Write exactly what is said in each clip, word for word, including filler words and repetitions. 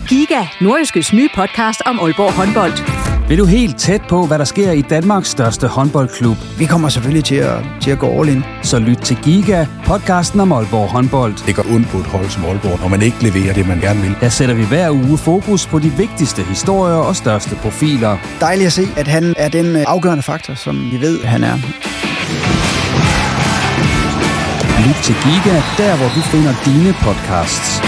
Giga, Nordjyskes nye podcast om Aalborg håndbold. Vil du helt tæt på, hvad der sker i Danmarks største håndboldklub? Vi kommer selvfølgelig til at, til at gå all in. Så lyt til Giga, podcasten om Aalborg håndbold. Det går ondt på et hold som Aalborg, når man ikke leverer det, man gerne vil. Der sætter vi hver uge fokus på de vigtigste historier og største profiler. Dejligt at se, at han er den afgørende faktor, som vi ved, han er. Lyt til Giga, der hvor du finder dine podcasts.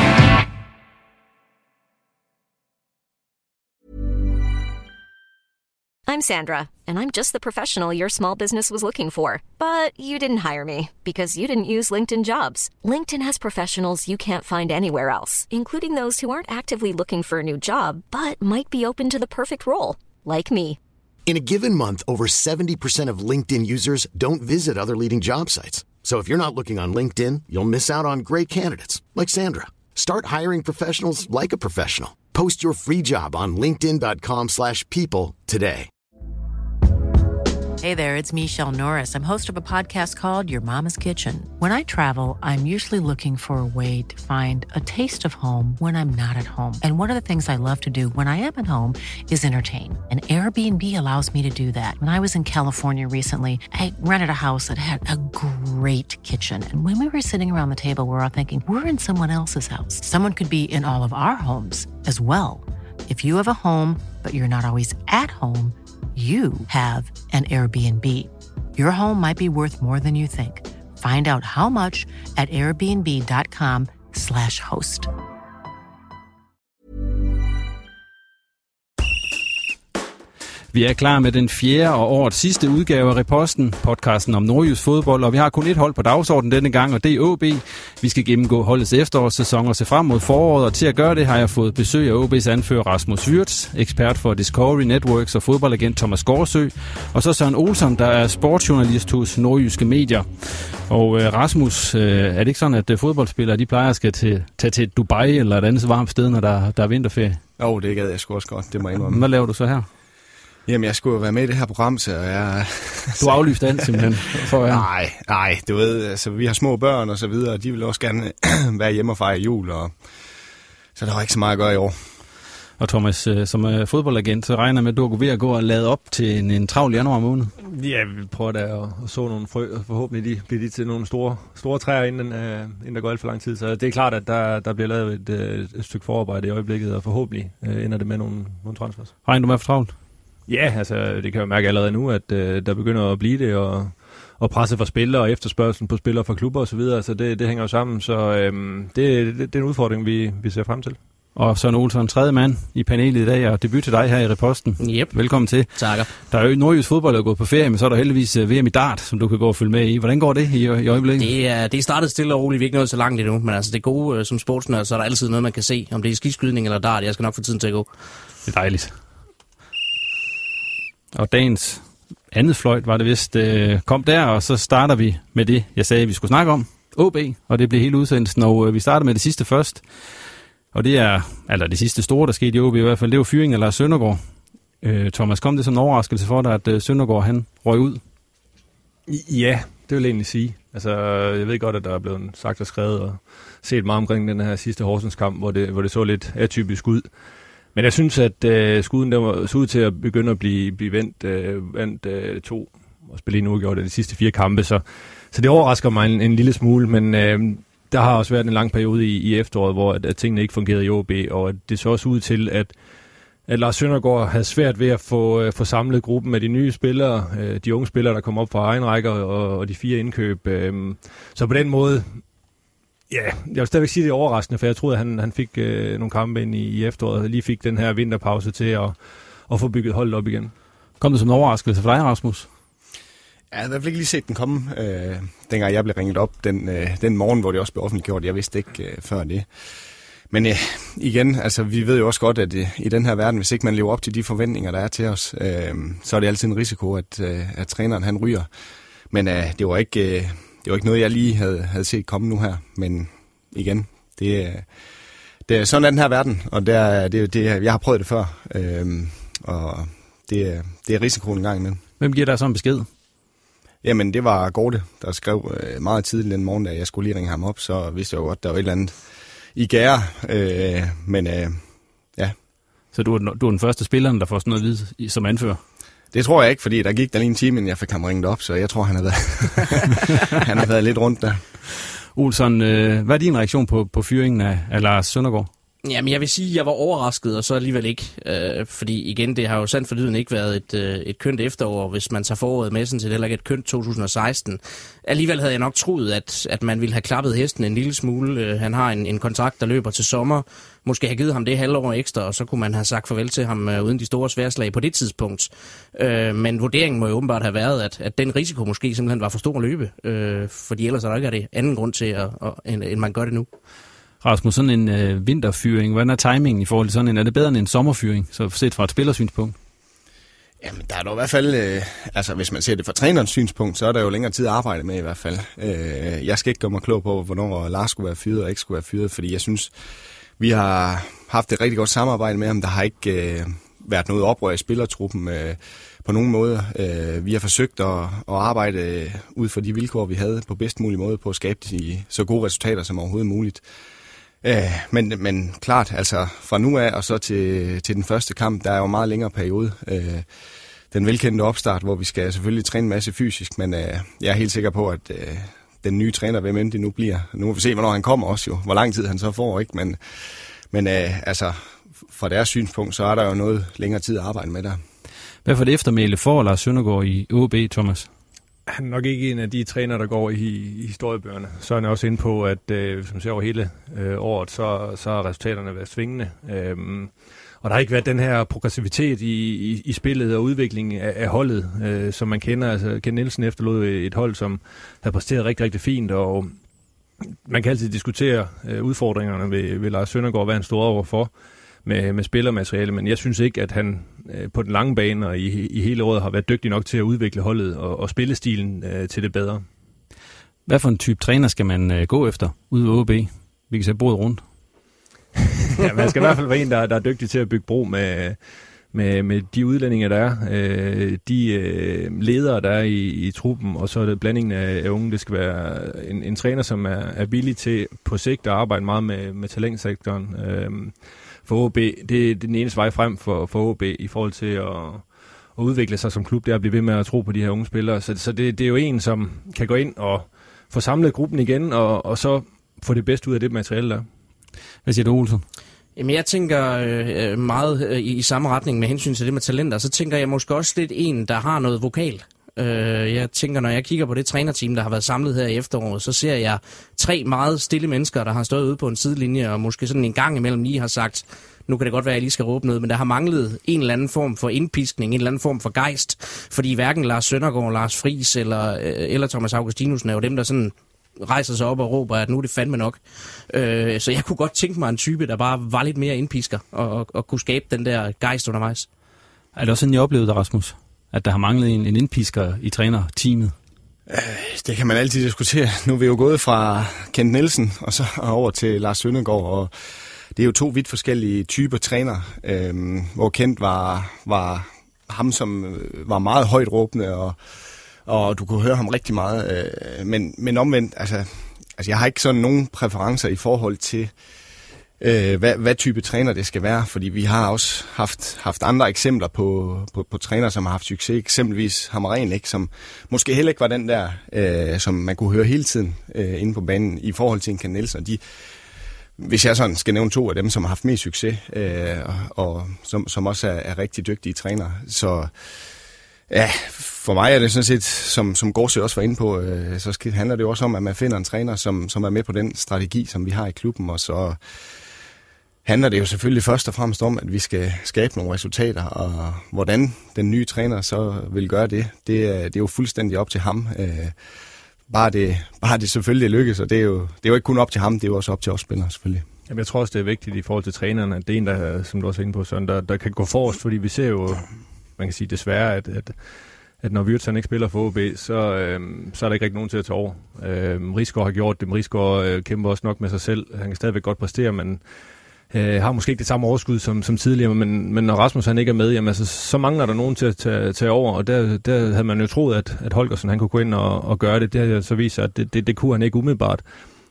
I'm Sandra, and I'm just the professional your small business was looking for. But you didn't hire me because you didn't use LinkedIn Jobs. LinkedIn has professionals you can't find anywhere else, including those who aren't actively looking for a new job, but might be open to the perfect role, like me. In a given month, over seventy percent of LinkedIn users don't visit other leading job sites. So if you're not looking on LinkedIn, you'll miss out on great candidates like Sandra. Start hiring professionals like a professional. Post your free job on linkedin dot com slash people today. Hey there, it's Michelle Norris. I'm host of a podcast called Your Mama's Kitchen. When I travel, I'm usually looking for a way to find a taste of home when I'm not at home. And one of the things I love to do when I am at home is entertain. And Airbnb allows me to do that. When I was in California recently, I rented a house that had a great kitchen. And when we were sitting around the table, we were all thinking, we're in someone else's house. Someone could be in all of our homes as well. If you have a home, but you're not always at home, you have an Airbnb. Your home might be worth more than you think. Find out how much at airbnb dot com slash host. Vi er klar med den fjerde og årets sidste udgave af Reposten, podcasten om nordjysk fodbold, og vi har kun et hold på dagsordenen denne gang, og det er A B. Vi skal gennemgå holdets efterårssæson og se frem mod foråret, og til at gøre det har jeg fået besøg af A B's anfører Rasmus Wirtz, ekspert for Discovery Networks og fodboldagent Thomas Gårdsø, og så Søren Olsson, der er sportsjournalist hos Nordjyske Medier. Og øh, Rasmus, øh, er det ikke sådan, at øh, fodboldspillere de plejer at skal til, tage til Dubai eller et andet så varmt sted, når der, der er vinterferie? Jo, det gad jeg sgu også godt, det må jeg indrømme. Hvad laver du så her? Jamen, jeg skulle være med i det her program, så jeg... Du har aflyst alt simpelthen? For, ja. Nej, nej, du ved, altså, vi har små børn og så videre, og de vil også gerne være hjemme og fejre jul, og så der var ikke så meget at gøre i år. Og Thomas, som er fodboldagent, så regner med, at du er ved at gå og lade op til en, en travl januar måned. Ja, vi prøver da at, at så nogle frø, og forhåbentlig de, bliver de til nogle store, store træer, inden, uh, inden der går alt for lang tid. Så det er klart, at der, der bliver lavet et, uh, et stykke forarbejde i øjeblikket, og forhåbentlig uh, ender det med nogle, nogle transfers. Regner du med for travlt? Ja, altså det kan jeg mærke allerede nu, at øh, der begynder at blive det, og, og presse for spillere, og efterspørgselen på spillere fra klubber osv., så, så det, det hænger jo sammen, så øhm, det, det, det er en udfordring, vi, vi ser frem til. Og Søren Olsson, tredje mand i panelet i dag, og debut til dig her i Reposten. Yep. Velkommen til. Takker. Der er jo nordjysk fodbold, der er gået på ferie, men så er der heldigvis V M i dart, som du kan gå og følge med i. Hvordan går det i, i øjeblikket? Det er, det er startet stille og roligt, vi er ikke nået så langt endnu, men altså det gode som sportsnørd, så er der altid noget, man kan se, om det er skiskydning eller dart. Jeg skal nok få tiden til at gå. Det er dejligt. Og dagens andet fløjt var det vist øh, kom der, og så starter vi med det, jeg sagde, vi skulle snakke om. A B, og det bliver hele udsendelsen, og øh, vi starter med det sidste først. Og det er, eller det sidste store, der skete i A B i hvert fald, det var fyringen af Lars Søndergaard. Øh, Thomas, kom det som en overraskelse for dig, at øh, Søndergaard han røg ud? Ja, det vil jeg egentlig sige. Altså, jeg ved godt, at der er blevet sagt og skrevet og set meget omkring den her sidste Horsens-kamp, hvor det, hvor det så lidt atypisk ud. Men jeg synes, at øh, skuden der var, så ud til at begynde at blive, blive vendt, øh, vendt øh, to og spille en uafgjort af de sidste fire kampe, så, så det overrasker mig en, en lille smule, men øh, der har også været en lang periode i, i efteråret, hvor at, at tingene ikke fungerede i A B, og at det så også ud til, at, at Lars Søndergaard havde svært ved at få, øh, få samlet gruppen med de nye spillere, øh, de unge spillere, der kom op fra egen række, og, og de fire indkøb. Øh, så på den måde... Ja, jeg vil stadigvæk sige, det er overraskende, for jeg troede, at han, han fik øh, nogle kampe ind i, i efteråret, og lige fik den her vinterpause til at, at få bygget holdet op igen. Kom det som en overraskelse for dig, Rasmus? Ja, jeg har i hvert fald ikke lige set den komme, øh, dengang jeg blev ringet op den, øh, den morgen, hvor det også blev offentliggjort. Jeg vidste ikke øh, før det. Men øh, igen, altså vi ved jo også godt, at øh, i den her verden, hvis ikke man lever op til de forventninger, der er til os, øh, så er det altid en risiko, at, øh, at træneren han ryger. Men øh, det var ikke... Øh, Det var ikke noget, jeg lige havde, havde set komme nu her, men igen, det, det er sådan er den her verden, og det er, det, det, jeg har prøvet det før, øhm, og det, det er risikoen en gang imellem. Hvem giver dig så en besked? Jamen, det var Gorte, der skrev øh, meget tidligt den morgen, da jeg skulle lige ringe ham op, så vidste jeg jo godt, der var et eller andet i gære, øh, men øh, Så du er, du er den første spiller, der får sådan noget at vide som anfører? Det tror jeg ikke, fordi der gik der lige en time, inden jeg fik ham ringet op, så jeg tror, han har været, han har været lidt rundt der. Olsson, øh, hvad er din reaktion på, på fyringen af, af Lars Søndergaard? Jamen, jeg vil sige, at jeg var overrasket, og så alligevel ikke. Øh, fordi igen, det har jo sandt for lyden ikke været et, øh, et kønt efterår, hvis man tager foråret med, sådan set heller ikke et kønt to tusind og seksten. Alligevel havde jeg nok troet, at, at man ville have klappet hesten en lille smule. Øh, han har en, en kontrakt, der løber til sommer. Måske have givet ham det halvår ekstra, og så kunne man have sagt farvel til ham øh, uden de store sværslag på det tidspunkt. Øh, men vurderingen må jo åbenbart have været, at, at den risiko måske simpelthen var for stor at løbe. Øh, fordi ellers er der ikke det anden grund til, at, at, end, end man gør det nu. Rasmus, sådan en øh, vinterfyring, hvordan er timingen i forhold til sådan en? Er det bedre end en sommerfyring, så set fra et spillersynspunkt? Jamen, der er dog i hvert fald, øh, altså hvis man ser det fra trænerens synspunkt, så er der jo længere tid at arbejde med i hvert fald. Øh, jeg skal ikke gøre mig klog på, hvornår Lars skulle være fyret og ikke skulle være fyret, fordi jeg synes, vi har haft et rigtig godt samarbejde med ham. Der har ikke øh, været noget oprør i spillertruppen øh, på nogen måde. Øh, vi har forsøgt at, at arbejde ud fra de vilkår, vi havde på bedst mulig måde på at skabe de så gode resultater som overhovedet muligt. Øh, men, men klart, altså fra nu af og så til, til den første kamp, der er jo en meget længere periode. Øh, den velkendte opstart, hvor vi skal selvfølgelig træne en masse fysisk, men øh, jeg er helt sikker på, at øh, den nye træner, hvem end det nu bliver, nu må vi se, hvornår han kommer også jo, hvor lang tid han så får, ikke? Men, men øh, altså fra deres synspunkt, så er der jo noget længere tid at arbejde med der. Hvad for det eftermæle får Lars Søndergaard i O B, Thomas? Han er nok ikke en af de træner, der går i, i historiebøgerne. Så er han også inde på, at øh, hvis man ser over hele øh, året, så, så har resultaterne været svingende. Øhm, og der har ikke været den her progressivitet i, i, i spillet og udviklingen af, af holdet, øh, som man kender. Altså, Ken Nielsen efterlod et hold, som havde præsteret rigtig, rigtig fint, og man kan altid diskutere øh, udfordringerne ved, ved Lars Søndergaard, hvad han stod over for med, med spillermateriale, men jeg synes ikke, at han øh, på den lange bane og i, i hele året har været dygtig nok til at udvikle holdet og, og spillestilen øh, til det bedre. Hvad for en type træner skal man øh, gå efter ude ved O B? Vi kan sætte bordet rundt. Ja, man skal i hvert fald være en, der, der er dygtig til at bygge bro med, med, med de udlændinge, der er, øh, de øh, ledere, der er i, i truppen, og så er det blandingen af, af unge. Det skal være en, en træner, som er, er villig til på sigt at arbejde meget med, med talentsektoren. Øh, for O B, det, det er den eneste vej frem for, for O B i forhold til at, at udvikle sig som klub, det er at blive ved med at tro på de her unge spillere. Så, så det, det er jo en, som kan gå ind og få samlet gruppen igen, og, og så få det bedste ud af det materiale, der. Hvad siger du, Olsen? Jamen, jeg tænker øh, meget øh, i, i samme retning med hensyn til det med talenter. Så tænker jeg måske også lidt en, der har noget vokal. Øh, jeg tænker, når jeg kigger på det trænerteam, der har været samlet her i efteråret, så ser jeg tre meget stille mennesker, der har stået ude på en sidelinje, og måske sådan en gang imellem lige har sagt, nu kan det godt være, at jeg lige skal råbe noget, men der har manglet en eller anden form for indpiskning, en eller anden form for gejst, fordi hverken Lars Søndergaard, Lars Friis eller, eller Thomas Augustinussen er jo dem, der sådan rejser sig op og råber, at nu er det fandme nok. Øh, så jeg kunne godt tænke mig en type, der bare var lidt mere indpisker, og, og, og kunne skabe den der gejst undervejs. Er det også sådan, jeg oplevede det, Rasmus? At der har manglet en, en indpisker i trænerteamet? Øh, det kan man altid diskutere. Nu er vi jo gået fra Kent Nielsen og så over til Lars Søndergaard, og det er jo to vidt forskellige typer træner, øh, hvor Kent var, var ham, som var meget højt råbende, og, og du kunne høre ham rigtig meget. Øh, men, men omvendt, altså, altså jeg har ikke sådan nogen præferencer i forhold til, øh, hvad, hvad type træner det skal være, fordi vi har også haft, haft andre eksempler på, på, på træner, som har haft succes, eksempelvis Hamren, ikke, som måske heller ikke var den der, øh, som man kunne høre hele tiden øh, inde på banen i forhold til en Ken Nielsen. De, hvis jeg sådan skal nævne to af dem, som har haft mest succes, øh, og, og som, som også er, er rigtig dygtige trænere, så ja, for mig er det sådan set, som, som Gårdsø også var inde på, øh, så skal, handler det jo også om, at man finder en træner, som, som er med på den strategi, som vi har i klubben, og så handler det jo selvfølgelig først og fremmest om, at vi skal skabe nogle resultater, og hvordan den nye træner så vil gøre det, det er, det er jo fuldstændig op til ham. Øh, bare, det, bare det selvfølgelig lykkes, og det er, jo, det er jo ikke kun op til ham, det er jo også op til os spillere selvfølgelig. Jamen, jeg tror også, det er vigtigt i forhold til trænerne, at det er en, der, som du også er inde på, sådan, der, der kan gå forrest, fordi vi ser jo, man kan sige desværre, at, at, at når Wirtz ikke spiller for O B, så, øhm, så er der ikke rigtig nogen til at tage over. Øhm, Risgaard har gjort det, men Risgaard øh, kæmper også nok med sig selv. Han kan stadigvæk godt præstere, men øh, har måske ikke det samme overskud som, som tidligere, men, men når Rasmus han ikke er med, jamen, altså, så mangler der nogen til at tage, tage over, og der, der havde man jo troet, at, at Holgersen han kunne gå ind og, og gøre det. Det har så vist sig, at det, det, det kunne han ikke umiddelbart.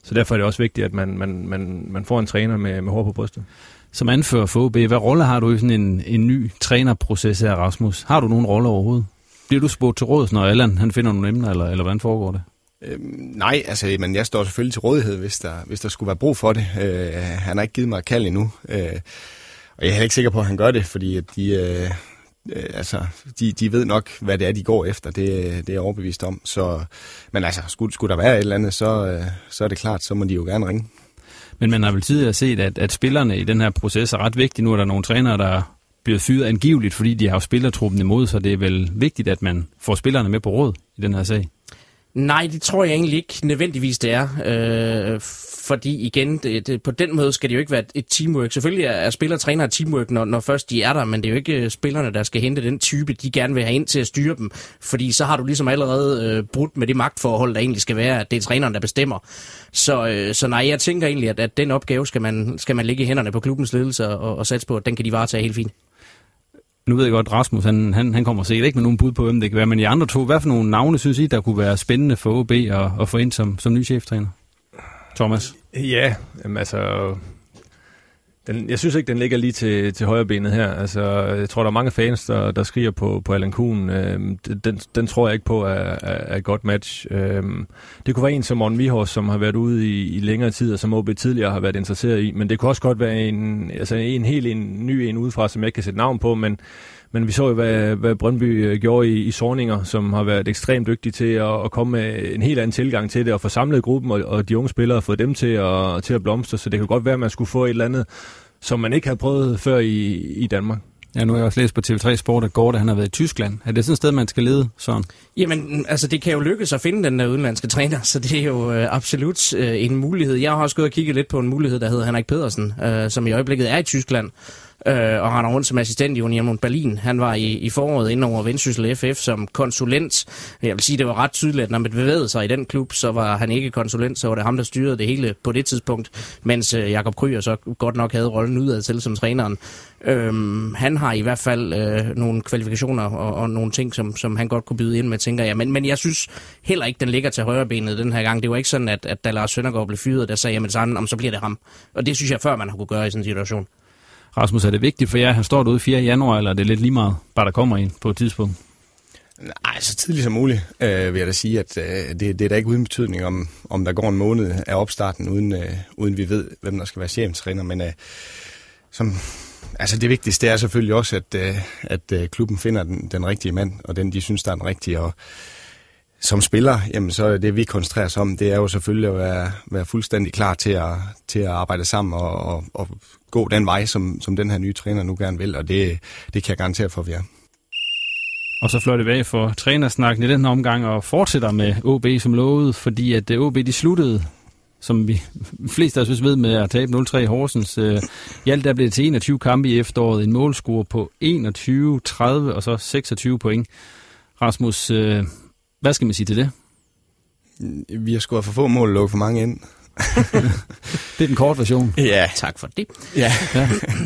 Så derfor er det også vigtigt, at man, man, man, man får en træner med, med hår på brystet. Som anfører for O B, hvad rolle har du i sådan en, en ny trænerproces her, Rasmus? Har du nogen rolle overhovedet? Bliver du spurgt til råds, når Allan han finder nogle emner, eller, eller hvordan foregår det? Øhm, nej, altså, men jeg står selvfølgelig til rådighed, hvis der, hvis der skulle være brug for det. Øh, han har ikke givet mig et kald endnu, øh, og jeg er heller ikke sikker på, at han gør det, fordi at de, øh, øh, altså, de, de ved nok, hvad det er, de går efter. Det, det er jeg overbevist om. Så, men altså, skulle, skulle der være et eller andet, så, øh, så er det klart, så må de jo gerne ringe. Men man har vel tidligere set, at, at spillerne i den her proces er ret vigtige. Nu er der nogle trænere, der bliver fyret angiveligt, fordi de har spillertruppen imod, så det er vel vigtigt, at man får spillerne med på råd i den her sag. Nej, det tror jeg egentlig ikke nødvendigvis, det er. Øh, fordi igen, det, det, på den måde skal det jo ikke være et teamwork. Selvfølgelig er, er spillere og træner et teamwork, når, når først de er der, men det er jo ikke spillerne, der skal hente den type, de gerne vil have ind til at styre dem. Fordi så har du ligesom allerede øh, brudt med det magtforhold, der egentlig skal være, at det er træneren, der bestemmer. Så, øh, så nej, jeg tænker egentlig, at, at den opgave skal man, skal man lægge i hænderne på klubbens ledelse og, og satse på, at den kan de varetage helt fint. Nu ved jeg godt, Rasmus, han, han, han kommer sikkert ikke med nogen bud på, hvem det kan være, men I andre to, hvad for nogle navne synes I, der kunne være spændende for O B at, at få ind som, som ny cheftræner? Thomas? Ja, jamen altså, den, jeg synes ikke, den ligger lige til, til højre benet her. Altså, jeg tror, der er mange fans, der, der skriger på, på Allan Kuhn. Øhm, den, den tror jeg ikke på er, er, er et godt match. Øhm, det kunne være en som Morten Vihorst, som har været ude i, i længere tid, og som O B tidligere har været interesseret i. Men det kunne også godt være en, altså en helt en ny en udefra, som jeg ikke kan sætte navn på, men Men vi så jo, hvad, hvad Brøndby gjorde i, i Sorninger, som har været ekstremt dygtige til at, at komme med en helt anden tilgang til det, og få samlet gruppen, og, og de unge spillere og få dem til at, til at blomstre. Så det kan godt være, at man skulle få et eller andet, som man ikke havde prøvet før i, i Danmark. Ja, nu har jeg også læst på T V tre Sport, at Gorte han har været i Tyskland. Er det sådan et sted, man skal lede sådan? Jamen, altså det kan jo lykkes at finde den der udenlandske træner, så det er jo øh, absolut øh, en mulighed. Jeg har også gået og kigget lidt på en mulighed, der hedder Henrik Pedersen, øh, som i øjeblikket er i Tyskland. Øh, og render rundt som assistent i Union Berlin. Han var i, i foråret inde over Vendsyssel F F som konsulent. Jeg vil sige, det var ret tydeligt, at når man bevægede sig i den klub, så var han ikke konsulent, så var det ham, der styrede det hele på det tidspunkt, mens øh, Jakob Krüger så godt nok havde rollen udad til som træneren. Øhm, han har i hvert fald øh, nogle kvalifikationer og, og nogle ting, som, som han godt kunne byde ind med, tænker jeg. Men, men jeg synes heller ikke, den ligger til højrebenet den her gang. Det var ikke sådan, at, at da Lars Søndergaard blev fyret, der sagde jeg med sådan, om så bliver det ham. Og det synes jeg, før man har kunne gøre i sådan en situation. Rasmus, er det vigtigt for jer, han står derude fjerde januar, eller er det lidt lige meget, bare der kommer ind på et tidspunkt? Nej, så tidligt som muligt øh, vil jeg da sige, at øh, det, det er da ikke uden betydning, om, om der går en måned af opstarten, uden, øh, uden vi ved, hvem der skal være cheftræner. Men øh, som, altså det vigtigste er selvfølgelig også, at, øh, at øh, klubben finder den, den rigtige mand, og den, de synes, der er den rigtige. Og som spiller, jamen, så er det, vi koncentrerer os om, det er jo selvfølgelig at være, være fuldstændig klar til at, til at arbejde sammen og, og, og gå den vej, som, som den her nye træner nu gerne vil, og det, det kan jeg garantere for, at vi er. Og så fløj det væk for trænersnakken i den her omgang og fortsætter med O B som lovet, fordi at O B de sluttede, som vi flest af os ved, med at tabe nul tre i Horsens. I alt der blev det til enogtyve kampe i efteråret, en målscore på enogtyve, tredive og så seksogtyve point. Rasmus, hvad skal man sige til det? Vi har scoret for få mål og lukket for mange ind. Det er den korte version. Ja. Tak for det. Ja. ja.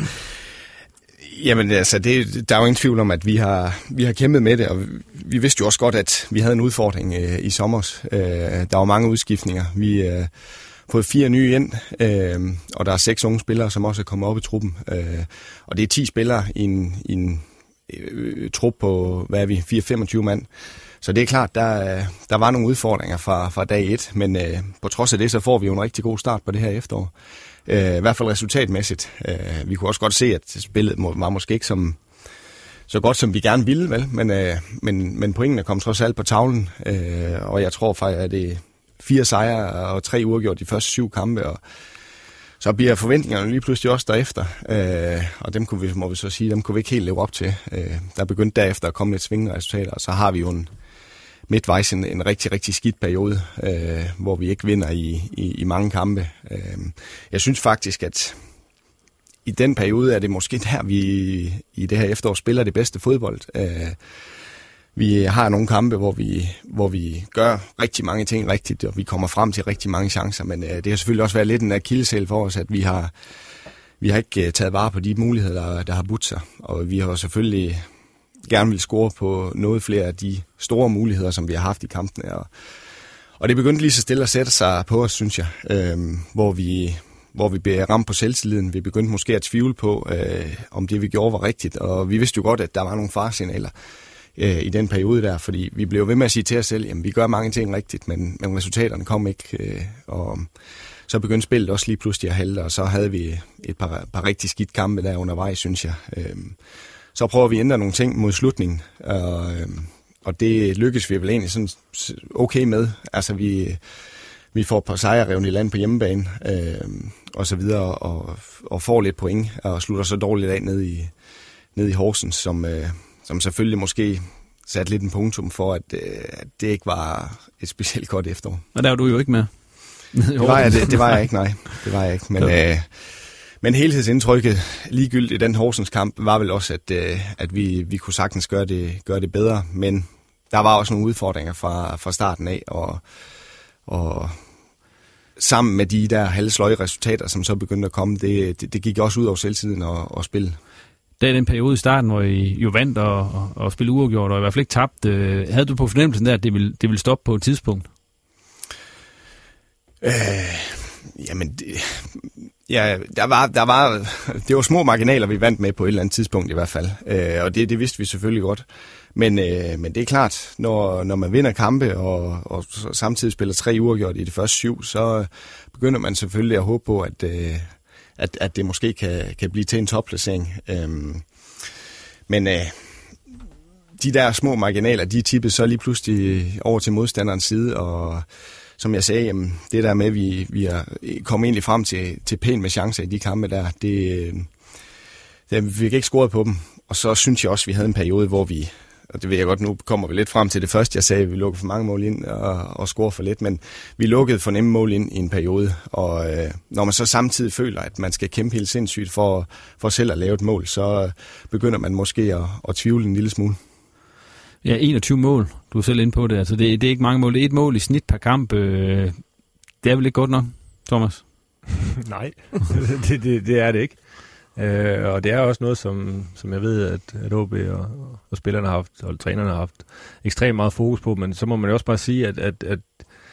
Jamen altså, det, der er jo ingen tvivl om, at vi har, vi har kæmpet med det, og vi vidste jo også godt, at vi havde en udfordring øh, i sommer. Øh, der var mange udskiftninger. Vi har øh, fået fire nye ind, øh, og der er seks unge spillere, som også er kommet op i truppen. Øh, og det er ti spillere i en, i en øh, trup på, hvad er vi, fire femogtyve mand. Så det er klart, der, der var nogle udfordringer fra, fra dag et, men øh, på trods af det, så får vi jo en rigtig god start på det her efterår. Øh, I hvert fald resultatmæssigt. Øh, vi kunne også godt se, at spillet var måske ikke som, så godt, som vi gerne ville, vel? Men, øh, men, men pointene kom trods alt på tavlen, øh, og jeg tror faktisk, at det er fire sejre og tre uafgjort de første syv kampe, og så bliver forventningerne lige pludselig også derefter, øh, og dem kunne vi, må vi så sige, dem kunne vi ikke helt leve op til. Øh, der begyndte derefter at komme lidt svingende resultater, og så har vi jo en midtvejs en, en rigtig, rigtig skidt periode, øh, hvor vi ikke vinder i, i, i mange kampe. Øh, jeg synes faktisk, at i den periode er det måske der, vi i det her efterår spiller det bedste fodbold. Øh, vi har nogle kampe, hvor vi, hvor vi gør rigtig mange ting rigtigt, og vi kommer frem til rigtig mange chancer, men øh, det har selvfølgelig også været lidt en akilleshæl for os, at vi har, vi har ikke taget vare på de muligheder, der, der har budt sig, og vi har selvfølgelig gerne vil score på noget flere af de store muligheder, som vi har haft i kampene. Og, Og det begyndte lige så stille at sætte sig på os, synes jeg, øh, hvor vi... hvor vi blev ramt på selvtilliden. Vi begyndte måske at tvivle på, øh, om det vi gjorde var rigtigt, og vi vidste jo godt, at der var nogle faresignaler øh, i den periode der, fordi vi blev ved med at sige til os selv, jamen vi gør mange ting rigtigt, men, men resultaterne kom ikke, øh, og så begyndte spillet også lige pludselig at halte, og så havde vi et par, par rigtig skidt kampe der undervejs, synes jeg. Øh, så prøver vi at ændre nogle ting mod slutningen, og, øh, og det lykkes vi vel egentlig sådan okay med. Altså vi... Vi får et par sejre revne i land på hjemmebane, øh, og så videre, og, og får lidt point, og slutter så dårligt af ned i, ned i Horsens, som, øh, som selvfølgelig måske satte lidt en punktum for, at, øh, at det ikke var et specielt godt efterår. Og der var du jo ikke med. det, var jeg, det, det var jeg ikke, nej. Det var jeg ikke, men... Øh, Men helhedsindtrykket ligegyldigt i den Horsens kamp var vel også, at, øh, at vi, vi kunne sagtens gøre det, gøre det bedre, men der var også nogle udfordringer fra, fra starten af, og, og sammen med de der halvsløje resultater, som så begyndte at komme, det, det, det gik også ud over selvtiden og, og spil. Det er den periode i starten, hvor I jo vandt og, og, og spille uafgjort, og i hvert fald ikke tabt. Havde du på fornemmelsen der, at det ville, det ville stoppe på et tidspunkt? Øh, jamen, det, ja, der var, der var, det var små marginaler, vi vandt med på et eller andet tidspunkt i hvert fald. Øh, og det, det vidste vi selvfølgelig godt. Men, øh, men det er klart, når, når man vinder kampe og, og samtidig spiller tre uafgjort i de første syv, så begynder man selvfølgelig at håbe på, at, øh, at, at det måske kan, kan blive til en topplacering. Øh, men øh, de der små marginaler, de er tippet så lige pludselig over til modstanderens side, og som jeg sagde, jamen, det der med, at vi, vi er kommet egentlig frem til, til pænt med chancer i de kampe der, det, det, vi fik ikke scoret på dem. Og så synes jeg også, at vi havde en periode, hvor vi, og det ved jeg godt, nu kommer vi lidt frem til det første, jeg sagde, at vi lukkede for mange mål ind og, og scorede for lidt, men vi lukkede for nemme mål ind i en periode. Og øh, når man så samtidig føler, at man skal kæmpe helt sindssygt for, for selv at lave et mål, så begynder man måske at, at tvivle en lille smule. Ja, enogtyve mål. Du er selv inde på det. Altså, det, det er ikke mange mål. Det er et mål i snit per kamp. Øh, det er vel ikke godt nok, Thomas? Nej, det, det, det er det ikke. Øh, og det er også noget, som, som jeg ved, at, at O B og, og spillerne har haft, og trænerne har haft ekstremt meget fokus på. Men så må man jo også bare sige, at, at, at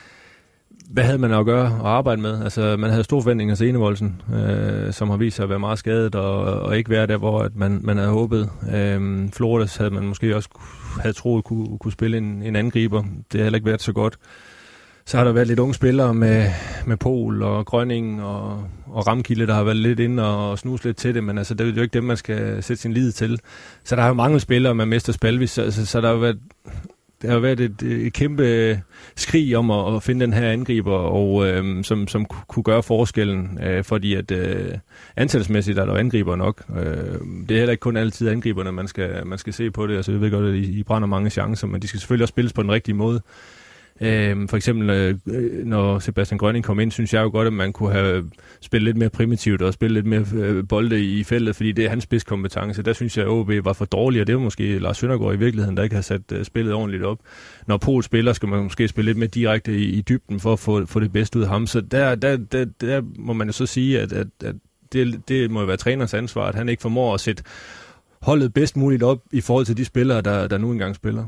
hvad havde man at gøre og arbejde med? Altså, man havde store forventninger til Enevoldsen, øh, som har vist sig at være meget skadet og, og ikke være der, hvor at man, man havde håbet. Øh, Flores havde man måske også havde troet kunne, kunne spille en, en angriber. Det har heller ikke været så godt. Så har der været lidt unge spillere med, med Pol og Grønning og, og Ramkilde, der har været lidt inde og snuse lidt til det, men altså, det er jo ikke dem, man skal sætte sin lid til. Så der har jo mange spillere med Mester Spalvis, så, så, så der har været... Det har været et, et kæmpe skrig om at, at finde den her angriber, og øhm, som, som kunne gøre forskellen, øh, fordi at øh, antalsmæssigt er der angriber nok. Øh, det er heller ikke kun altid angriberne, man skal, man skal se på det. Altså, jeg ved godt, at I, I brænder mange chancer, men de skal selvfølgelig også spilles på den rigtige måde. Øh, for eksempel, øh, når Sebastian Grønning kom ind, synes jeg jo godt, at man kunne have spillet lidt mere primitivt og spillet lidt mere øh, bolde i feltet, fordi det er hans spidskompetence. Der synes jeg, at O B var for dårlig, og det var måske Lars Søndergaard i virkeligheden, der ikke har sat øh, spillet ordentligt op. Når Pol spiller, skal man måske spille lidt mere direkte i, i dybden for at få, få det bedste ud af ham. Så der, der, der, der må man jo så sige, at, at, at det, det må jo være trænerens ansvar, at han ikke formår at sætte holdet bedst muligt op i forhold til de spillere, der, der nu engang spiller.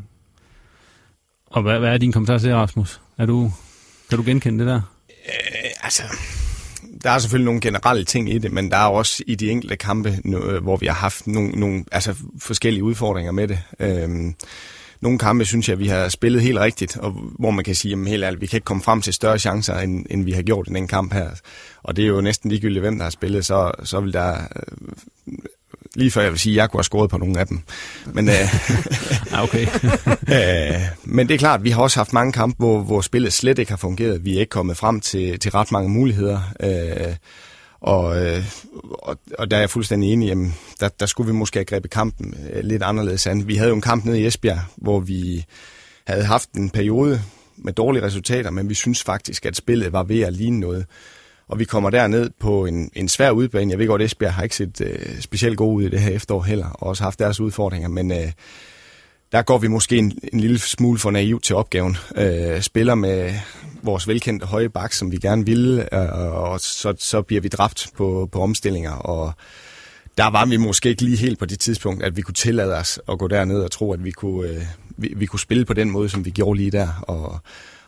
Og hvad, hvad er din kommentar til, Rasmus? Er du, kan du genkende det der? Øh, altså, der er selvfølgelig nogle generelle ting i det, men der er også i de enkelte kampe, hvor vi har haft nogle, nogle altså forskellige udfordringer med det. Øh, nogle kampe, synes jeg, vi har spillet helt rigtigt, og hvor man kan sige, jamen helt ærligt, vi kan ikke komme frem til større chancer, end, end vi har gjort i den kamp her. Og det er jo næsten ligegyldigt, hvem der har spillet, så, så vil der... Øh, Lige før jeg vil sige, at jeg kunne have scoret på nogle af dem. Men, øh, okay. øh, men det er klart, at vi har også haft mange kampe, hvor, hvor spillet slet ikke har fungeret. Vi er ikke kommet frem til, til ret mange muligheder. Øh, og, øh, og, og der er jeg fuldstændig enig, jamen, der, der skulle vi måske have grebet kampen lidt anderledes an. Vi havde jo en kamp nede i Esbjerg, hvor vi havde haft en periode med dårlige resultater, men vi synes faktisk, at spillet var ved at ligne noget. Og vi kommer derned på en, en svær udbane. Jeg ved godt, at Esbjerg har ikke set øh, specielt god ud i det her efterår heller, og også haft deres udfordringer, men øh, der går vi måske en, en lille smule for naiv til opgaven. Øh, spiller med vores velkendte høje bak, som vi gerne ville, øh, og så, så bliver vi dræbt på, på omstillinger, og der var vi måske ikke lige helt på det tidspunkt, at vi kunne tillade os at gå derned og tro, at vi kunne, øh, vi, vi kunne spille på den måde, som vi gjorde lige der, og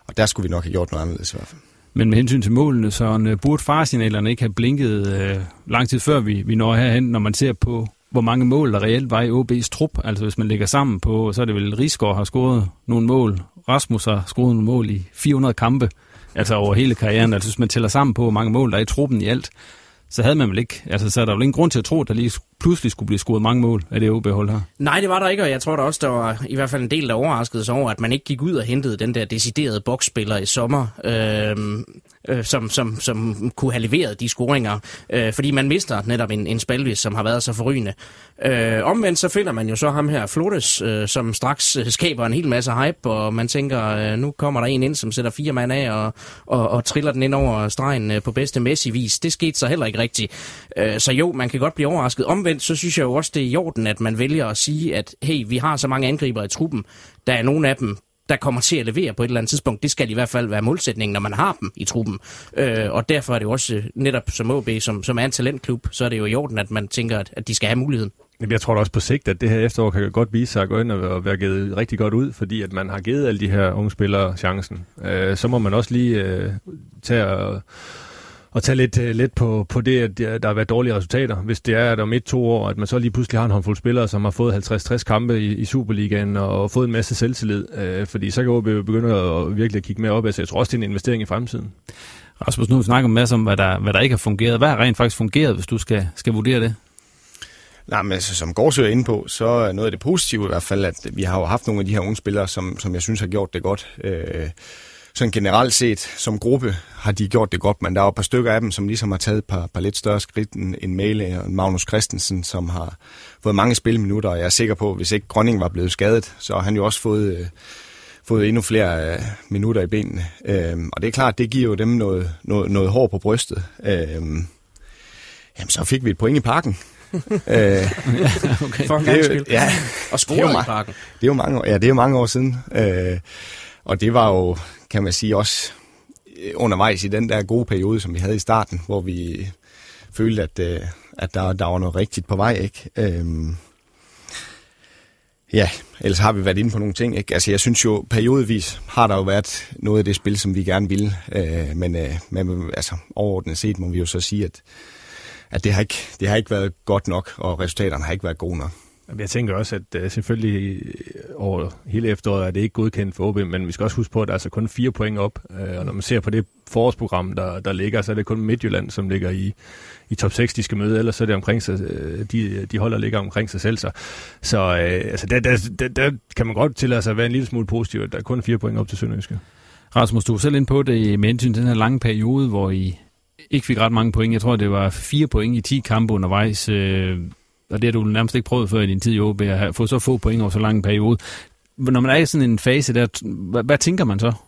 og der skulle vi nok have gjort noget anderledes i hvert fald. Men med hensyn til målene, så burde faresignalerne ikke have blinket øh, lang tid før vi, vi når herhen, når man ser på, hvor mange mål der reelt var i O B's trup. Altså hvis man lægger sammen på, så er det vel Risgaard har scoret nogle mål, Rasmus har scoret nogle mål i fire hundrede kampe, altså over hele karrieren. Altså hvis man tæller sammen på, hvor mange mål der er i truppen i alt, så havde man vel ikke, altså så er der vel ingen grund til at tro, at der lige pludselig skulle blive scoret mange mål af det O B-hold her. Nej, det var der ikke, og jeg tror der også, der var i hvert fald en del, der overraskede sig over, at man ikke gik ud og hentede den der deciderede boksspiller i sommer, øh, øh, som, som, som kunne have leveret de scoringer, øh, fordi man mister netop en, en Spalvis, som har været så forrygende. Øh, omvendt så finder man jo så ham her, Flores, øh, som straks øh, skaber en hel masse hype, og man tænker, øh, nu kommer der en ind, som sætter fire mand af og, og, og triller den ind over stregen øh, på bedste Messi-vis. Det skete så heller ikke rigtigt. Øh, så jo, man kan godt blive overrasket. Omvendt så synes jeg jo også, det er i orden, at man vælger at sige, at hey, vi har så mange angribere i truppen, der er nogle af dem, der kommer til at levere på et eller andet tidspunkt. Det skal i hvert fald være målsætningen, når man har dem i truppen. Øh, og derfor er det jo også netop som O B, som, som er en talentklub, så er det jo i orden, at man tænker, at, at de skal have muligheden. Jeg tror da også på sigt, at det her efterår kan godt vise sig at gå ind og være givet rigtig godt ud, fordi at man har givet alle de her unge spillere chancen. Øh, så må man også lige øh, tage og, og tage lidt, øh, lidt på, på det, at der har været dårlige resultater. Hvis det er, at om et, to år, at man så lige pludselig har en håndfuld spillere, som har fået halvtreds tres kampe i, i Superligaen og fået en masse selvtillid, øh, fordi så kan O B begynde at virkelig at kigge mere op. Altså, jeg tror også, det er en investering i fremtiden. Rasmus, nu snakker vi masser om, hvad der, hvad der ikke har fungeret. Hvad har rent faktisk fungeret, hvis du skal, skal vurdere det? Nej, men altså, som Gårdsø er inde på, så er noget af det positive i hvert fald, at vi har jo haft nogle af de her unge spillere, som, som jeg synes har gjort det godt. Øh, sådan generelt set, som gruppe, har de gjort det godt, men der er jo et par stykker af dem, som ligesom har taget et par, par lidt større skridt end, end Mæle og Magnus Christensen, som har fået mange spilminutter, og jeg er sikker på, at hvis ikke Grønning var blevet skadet, så har han jo også fået, øh, fået endnu flere øh, minutter i benene. Øh, og det er klart, det giver jo dem noget, noget, noget hår på brystet. Øh, jamen, så fik vi et point i parken. øh, okay. For en gang skyld. Ja, og score i parken. Det er jo mange år, ja, det er jo mange år siden. Øh, og det var jo, kan man sige, også undervejs i den der gode periode, som vi havde i starten, hvor vi følte, at, øh, at der, der var noget rigtigt på vej, ikke? Øh, ja, ellers har vi været inde på nogle ting, ikke? Altså, jeg synes jo, periodevis har der jo været noget af det spil, som vi gerne ville. Øh, men øh, men altså, overordnet set må vi jo så sige, at at det har, ikke, det har ikke været godt nok, og resultaterne har ikke været gode nok. Jeg tænker også, at uh, selvfølgelig over hele efteråret er det ikke godkendt for O B, men vi skal også huske på, at der er altså kun fire point op. Uh, og når man ser på det forårsprogram, der, der ligger, så er det kun Midtjylland, som ligger i, i top seks, de skal møde, ellers så er det omkring sig, de, de holder ligger omkring sig selv. Så, så uh, altså, der, der, der, der kan man godt tillade sig at være en lille smule positiv, at der er kun fire point op til Sønderjyske. Rasmus, du er selv ind på det med hensyn til den her lange periode, hvor I ikke fik ret mange point. Jeg tror, det var fire point i ti kampe undervejs, øh, og det har du nærmest ikke prøvet før i din tid i O B, at få så få point over så lang en periode. Når man er i sådan en fase der, hvad, hvad tænker man så?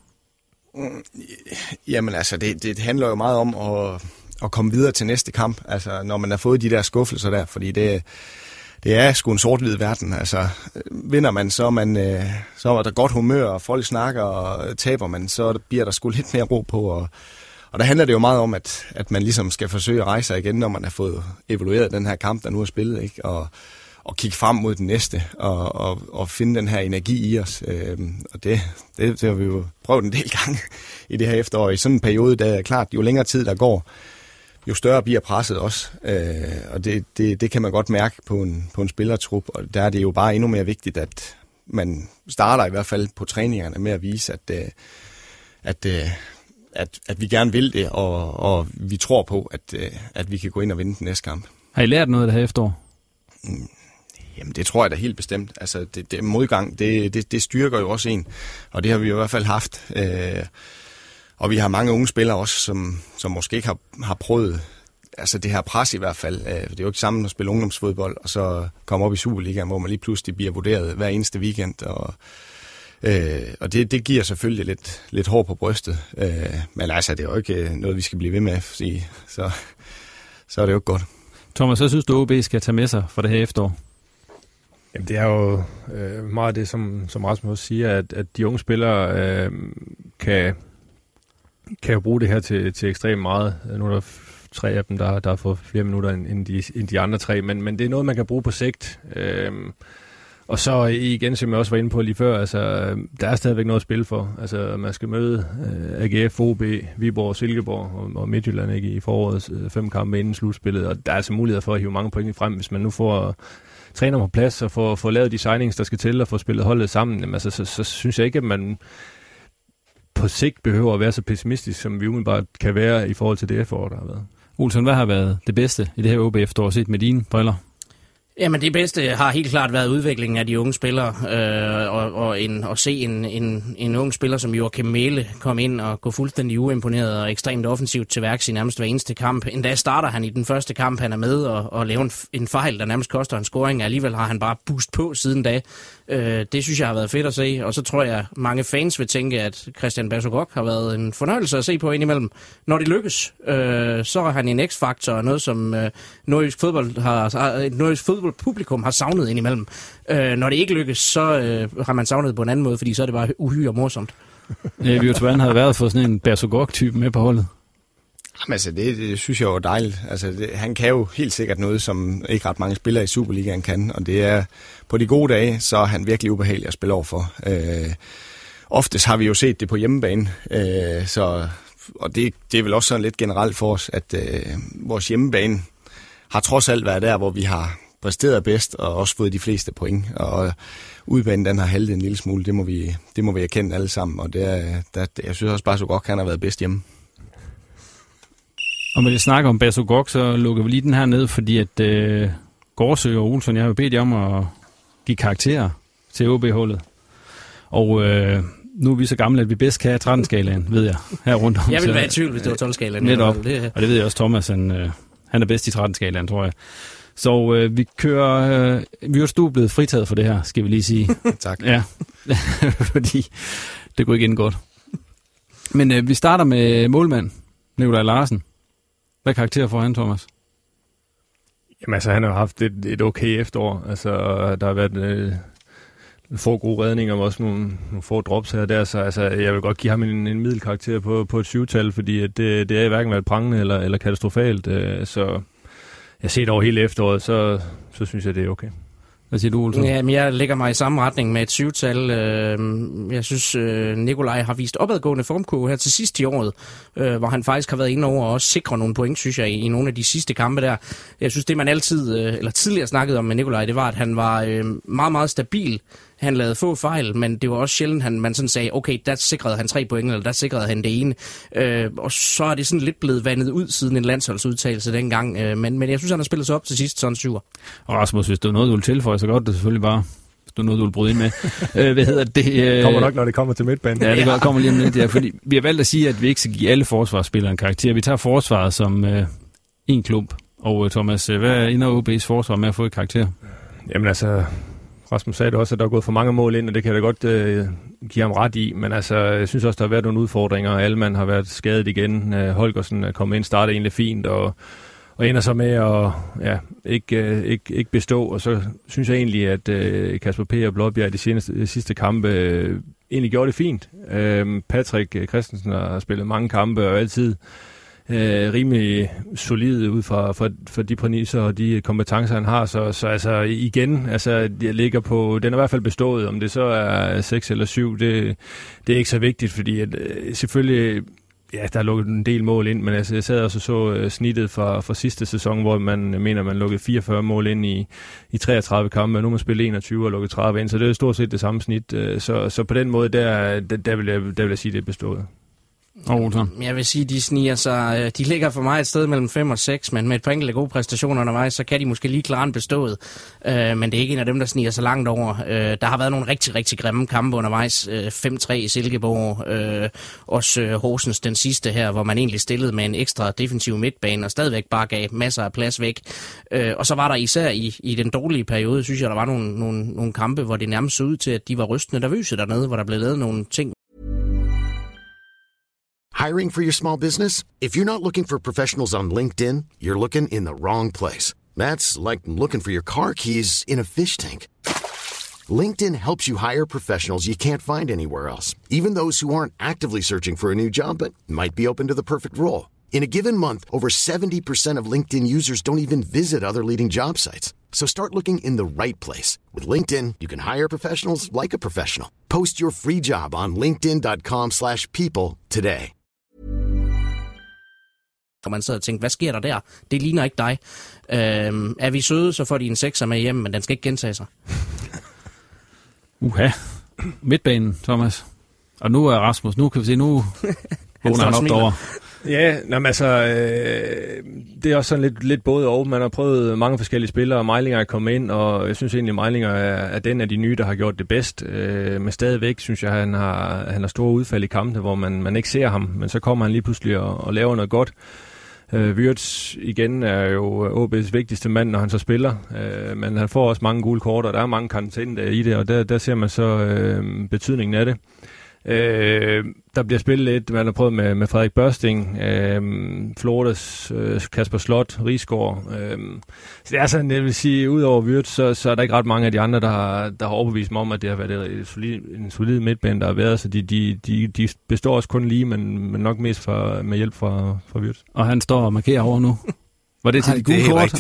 Jamen altså, det, det handler jo meget om at, at komme videre til næste kamp, altså når man har fået de der skuffelser der, fordi det, det er sgu en sort-hvid verden. Altså, vinder man, så er, man, så er der godt humør, og folk snakker, og taber man, så bliver der sgu lidt mere ro på, og Og der handler det jo meget om, at, at man ligesom skal forsøge at rejse sig igen, når man har fået evalueret den her kamp, der nu er spillet, ikke? Og, og kigge frem mod den næste, og, og, og finde den her energi i os. Øhm, og det, det, det har vi jo prøvet en del gange i det her efterår. I sådan en periode, der er klart, jo længere tid der går, jo større bliver presset også. Øh, og det, det, det kan man godt mærke på en, på en spillertrup, og der er det jo bare endnu mere vigtigt, at man starter i hvert fald på træningerne med at vise, at, at, at At, at vi gerne vil det, og, og vi tror på, at, at vi kan gå ind og vinde den næste kamp. Har I lært noget af det her efterår? Jamen, det tror jeg da helt bestemt. Altså, det, det modgang, det, det, det styrker jo også en, og det har vi jo i hvert fald haft. Øh, og vi har mange unge spillere også, som, som måske ikke har, har prøvet altså det her pres i hvert fald. Øh, det er jo ikke sammen at spille ungdomsfodbold, og så komme op i Superligaen, hvor man lige pludselig bliver vurderet hver eneste weekend, og Øh, og det, det giver selvfølgelig lidt, lidt hår på brystet. Øh, men altså, det er jo ikke noget, vi skal blive ved med at sige. Så, så er det jo godt. Thomas, så synes du, O B skal tage med sig for det her efterår? Jamen, det er jo øh, meget det, som, som Rasmus også siger, at, at de unge spillere øh, kan, kan jo bruge det her til, til ekstremt meget. Nu er der tre af dem, der, der har fået flere minutter end, end, de, end de andre tre, men, men det er noget, man kan bruge på sigt. Øh, Og så igen, som jeg også var inde på lige før, altså, der er stadigvæk noget at spille for. Altså, man skal møde øh, A G F, O B, Viborg, Silkeborg og, og Midtjylland ikke, i forårets øh, fem kampe inden slutspillet, og der er altså muligheder for at hive mange point frem, hvis man nu får træner på plads og får, får lavet de signings, der skal til, og få spillet holdet sammen. Jamen, altså, så, så, så synes jeg ikke, at man på sigt behøver at være så pessimistisk, som vi umiddelbart kan være i forhold til det efterår, der har været. Olsen, hvad har været det bedste i det her O B efterår set med dine briller? Jamen det bedste har helt klart været udviklingen af de unge spillere, øh, og, og en, at se en, en, en ung spiller som Joachim Mæhle komme ind og gå fuldstændig uimponeret og ekstremt offensivt til værks i nærmest hver eneste kamp. Endda starter han i den første kamp, han er med, og, og laver en, en fejl, der nærmest koster en scoring. Alligevel har han bare boost på siden da. Øh, det synes jeg har været fedt at se, og så tror jeg, mange fans vil tænke, at Christian Bersogok har været en fornøjelse at se på indimellem. Når det lykkes, øh, så er han en x-faktor, noget som øh, nordjysk fodbold har, nordjysk fodboldpublikum har savnet indimellem. Øh, når det ikke lykkes, så øh, har man savnet på en anden måde, fordi så er det bare uhyre morsomt. Ja, Victor, hvordan havde været for sådan en Bersogok-type med på holdet? Jamen, altså, det, det synes jeg jo er dejligt. Altså, det, han kan jo helt sikkert noget, som ikke ret mange spillere i Superligaen kan, og det er, på de gode dage, så er han virkelig ubehagelig at spille over for. Øh, oftest har vi jo set det på hjemmebane, øh, så, og det, det er vel også sådan lidt generelt for os, at øh, vores hjemmebane har trods alt været der, hvor vi har præsteret bedst, og også fået de fleste point, og udbanen, den har haltet en lille smule, det må vi, det må vi erkende alle sammen, og det er, der, jeg synes også bare så godt, han har været bedst hjemme. Og med det snakker om Bersogok, så lukker vi lige den her ned, fordi at øh, Gårdsø og Olsen, jeg har jo bedt jer om at give karakterer til O B-hullet. Og øh, nu er vi så gamle, at vi bedst kan have tretten-skalaen, ved jeg, her rundt om. Jeg ville være i tvivl, hvis det var tolv-skalaen. Netop, det, og det ved jeg også, Thomas, han, øh, han er bedst i tretten-skalaen, tror jeg. Så øh, vi kører... Øh, vi er jo blevet fritaget for det her, skal vi lige sige. Tak. Ja, fordi det går ikke ind godt. Men øh, vi starter med målmand, Nikolaj Larsen. Hvad karakter får han, Thomas? Jamen altså, han har haft et, et okay efterår. Altså, der har været øh, få gode redninger, og også nogle, nogle få drops her og der. Så altså, jeg vil godt give ham en, en middelkarakter på, på et syvtal, fordi det, det er hverken været prangende eller, eller katastrofalt. Øh, så jeg ser det over hele efteråret, så, så synes jeg, det er okay. Hvad siger du, Olsen? Ja, men jeg lægger mig i samme retning med et syvtal. Jeg synes, Nikolaj har vist opadgående formkurve her til sidst i året, hvor han faktisk har været inde over og også sikre nogle point, synes jeg, i nogle af de sidste kampe der. Jeg synes, det man altid, eller tidligere snakkede om med Nikolaj, det var, at han var meget, meget stabil. Han lavede få fejl, men det var også sjældent, at man sådan sagde, okay, der sikrede han tre point, eller der sikrede han det ene. Øh, og så er det sådan lidt blevet vandet ud siden en landsholdsudtalelse dengang. Øh, men, men jeg synes, han har spillet sig op til sidst, sådan syver. Og Rasmus, hvis du er noget, du vil tilføje, så godt det selvfølgelig bare, hvis du er noget, du vil bryde ind med. øh, hvad hedder det? Øh... kommer nok, når det kommer til midtbanen. Ja, det ja. kommer lige om lidt, ja, fordi vi har valgt at sige, at vi ikke skal give alle forsvarsspillere en karakter. Vi tager forsvaret som øh, en klump. Og øh, Thomas, hvad ender O B's forsvar med at få et karakter? Jamen altså... Rasmus sagde det også, at der er gået for mange mål ind, og det kan jeg da godt øh, give ham ret i. Men altså, jeg synes også, der har været nogle udfordringer. Alman har været skadet igen. Øh, Holgersen er kommet ind, starter egentlig fint, og, og ender så med at ja, ikke, øh, ikke, ikke bestå. Og så synes jeg egentlig, at øh, Kasper P. og Blåbjerg i de seneste, sidste kampe øh, egentlig gjorde det fint. Øh, Patrick Christensen har spillet mange kampe, og altid Øh, rimelig solid ud fra, fra, fra de præmisser og de kompetencer, han har. Så, så altså igen, altså, jeg ligger på, den er i hvert fald bestået. Om det så er seks eller syv, det, det er ikke så vigtigt, fordi at, øh, selvfølgelig, ja, der er lukket en del mål ind, men altså, jeg sad også så uh, snittet fra, fra sidste sæson, hvor man mener, man lukkede fireogfyrre mål ind i, i treogtredive kampe, og nu har man spillet enogtyve og lukket tredive ind, så det er stort set det samme snit. Så, så på den måde, der, der, der, vil jeg, der vil jeg sige, det er bestået. Oh, jeg vil sige, de sniger sig, de ligger for mig et sted mellem fem og seks, men med et par enkelte gode præstationer undervejs, så kan de måske lige klare en bestået. Øh, men det er ikke en af dem, der sniger så langt over. Øh, der har været nogle rigtig, rigtig grimme kampe undervejs. Øh, fem tre i Silkeborg, øh, også øh, Horsens den sidste her, hvor man egentlig stillede med en ekstra defensiv midtbane, og stadigvæk bare gav masser af plads væk. Øh, og så var der især i, i den dårlige periode, synes jeg, der var nogle, nogle, nogle kampe, hvor det nærmest så ud til, at de var rystende nervøse dernede, hvor der blev lavet nogle ting. Hiring for your small business? If you're not looking for professionals on LinkedIn, you're looking in the wrong place. That's like looking for your car keys in a fish tank. LinkedIn helps you hire professionals you can't find anywhere else, even those who aren't actively searching for a new job but might be open to the perfect role. In a given month, over seventy percent of LinkedIn users don't even visit other leading job sites. So start looking in the right place. With LinkedIn, you can hire professionals like a professional. Post your free job on linkedin dot com slash people today. Og man sad og tænkte, hvad sker der der? Det ligner ikke dig. Øhm, er vi søde, så får de en sekser med hjem, men den skal ikke gentage sig. Uha. Midtbanen, Thomas. Og nu er Rasmus, nu kan vi se, nu vågner han op derovre. Ja, jamen altså, øh, det er også sådan lidt, lidt både og. Man har prøvet mange forskellige spillere, og Meilinger er kommet ind, og jeg synes egentlig, at Meilinger er, er den af de nye, der har gjort det bedst. Øh, men stadigvæk synes jeg, at han har, han har store udfald i kampene, hvor man, man ikke ser ham, men så kommer han lige pludselig og, og laver noget godt. Øh, Wirtz igen er jo O B's vigtigste mand, når han så spiller, øh, men han får også mange gule kort, og der er mange karantæner i det, og der, der ser man så øh, betydningen af det. Øh, der bliver spillet lidt, man har prøvet med, med Frederik Børsting, øh, Flores, øh, Kasper Slot, Rigsgaard. Øh, så det er sådan, jeg vil sige, ud over Wirtz, så, så er der ikke ret mange af de andre, der har, der har overbevist mig om, at det har været en solid, en solid midtbane, der har været, så de, de, de, de består også kun lige, men, men nok mest for, med hjælp fra, fra Wirtz. Og han står og markerer over nu. Var det til de gule kort?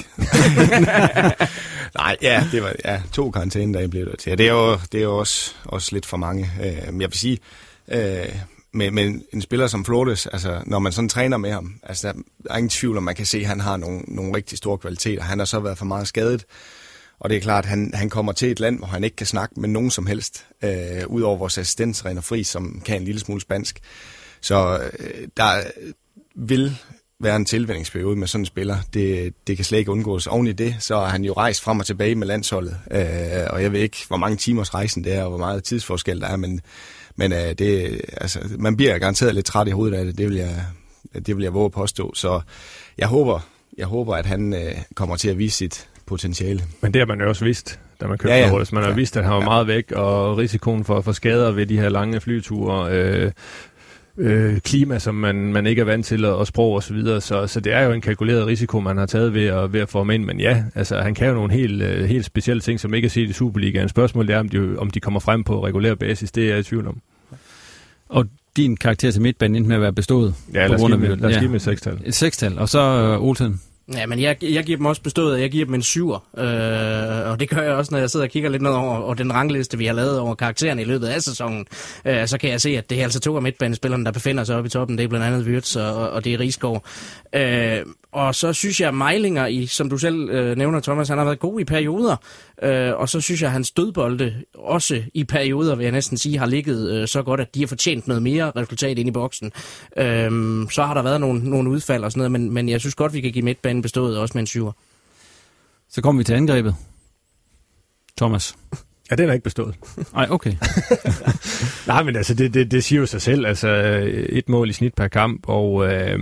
Nej, ja, det var ja, to karantæne, der blev der til. Det er jo, det er jo også, også lidt for mange. Øh, jeg vil sige, øh, med, med en spiller som Flores, altså når man sådan træner med ham, altså der er ingen tvivl om, man kan se, at han har nogle, nogle rigtig store kvaliteter. Han har så været for meget skadet, og det er klart, at han, han kommer til et land, hvor han ikke kan snakke med nogen som helst, øh, udover vores assistenttræner Friis, som kan en lille smule spansk. Så øh, der vil være en tilvændingsperiode med sådan en spiller. Det, det kan slet ikke undgås. Oven i det, så er han jo rejst frem og tilbage med landsholdet. Øh, og jeg ved ikke, hvor mange timers rejsen det er, og hvor meget tidsforskel der er, men, men øh, det, altså, man bliver garanteret lidt træt i hovedet af det. Det vil jeg, det vil jeg våge at påstå. Så jeg håber, jeg håber at han øh, kommer til at vise sit potentiale. Men det har man jo også vidst, da man købte ja, ja. Flores. Man har ja. vidst, at han var ja. meget væk, og risikoen for, for skader ved de her lange flyture, øh, Øh, klima, som man, man ikke er vant til, og sprog og så videre, så, så det er jo en kalkuleret risiko, man har taget ved at, ved at få ham ind, men ja, altså han kan jo nogle helt, øh, helt specielle ting, som ikke er set i Superligaen. Spørgsmålet er, om de, om de kommer frem på regulær basis, det er jeg i tvivl om. Og din karakter til midtbanen endte med at være bestået? Ja, lad os give med, lad os give med et sekstal. Et sekstal, og så uh, Olsen? Ja, men jeg, jeg giver dem også bestået, og jeg giver dem en syver. Øh, og det gør jeg også, når jeg sidder og kigger lidt ned over og den rangliste, vi har lavet over karaktererne i løbet af sæsonen. Øh, så kan jeg se, at det er altså to af midtbanespillerne, der befinder sig oppe i toppen. Det er blandt andet Wirtz, og, og det er Rigsgaard. Øh, og så synes jeg, at Meilinger, i, som du selv øh, nævner, Thomas, han har været god i perioder. Øh, og så synes jeg, at hans dødbolde også i perioder, vil jeg næsten sige, har ligget øh, så godt, at de har fortjent noget mere resultat ind i boksen. Øh, så har der været nogle, nogle udfald og sådan noget, men, men jeg synes godt, vi kan give midtbanen bestået også med en syver. Så kommer vi til angrebet. Thomas. Ja, den er ikke bestået. Nej, okay. Nej, men altså, det, det, det siger jo sig selv. Altså, et mål i snit per kamp, og øh,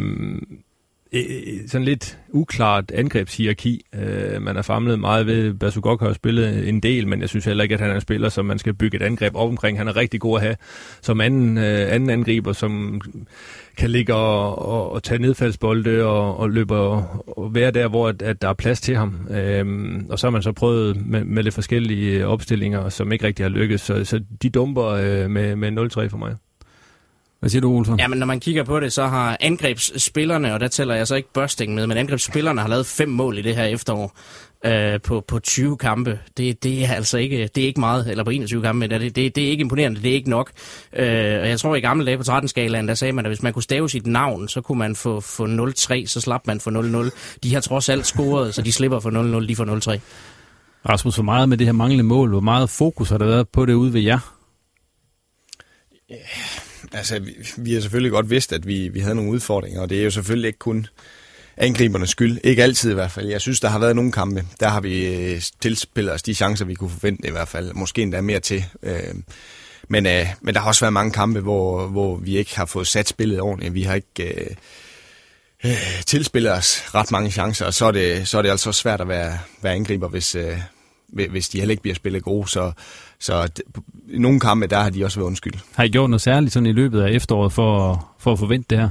sådan lidt uklart angrebshierarki. Øh, man har famlet meget ved, Basugok har spillet en del, men jeg synes heller ikke, at han er en spiller, som man skal bygge et angreb op omkring. Han er rigtig god at have som anden, øh, anden angriber, som kan ligge og, og, og tage nedfaldsbolde og, og løbe og, og være der, hvor at, at der er plads til ham. Øhm, og så har man så prøvet med, med lidt forskellige opstillinger, som ikke rigtig har lykkes. Så, så de dumper øh, med, med nul tre for mig. Hvad siger du, Olsen? Ja, men når man kigger på det, så har angrebsspillerne, og der tæller jeg så ikke Børsting med, men angrebsspillerne har lavet fem mål i det her efterår øh, på, på tyve kampe. Det, det er altså ikke, det er ikke meget, eller på enogtyve kampe, det, det, det er ikke imponerende, det er ikke nok. Øh, og jeg tror, i gamle dage på tretten-skalaen, der sagde man, at hvis man kunne stave sit navn, så kunne man få, få nul tre, så slap man for nul nul. De har trods alt scoret, så de slipper for nul nul, de får nul tre. Rasmus, hvor meget med det her manglende mål, hvor meget fokus har der været på det ude ved jer? Yeah. Altså, vi, vi har selvfølgelig godt vidst, at vi, vi havde nogle udfordringer, og det er jo selvfølgelig ikke kun angribernes skyld. Ikke altid i hvert fald. Jeg synes, der har været nogle kampe. Der har vi øh, tilspillet os de chancer, vi kunne forvente i hvert fald. Måske endda mere til. Øh, men, øh, men der har også været mange kampe, hvor, hvor vi ikke har fået sat spillet ordentligt. Vi har ikke øh, øh, tilspillet os ret mange chancer, og så er det, så er det altså svært at være, være angriber, hvis, øh, hvis de heller ikke bliver spillet gode. Så Så i nogle kampe, der har de også været undskyld. Har I gjort noget særligt sådan i løbet af efteråret for, for at forvente det her?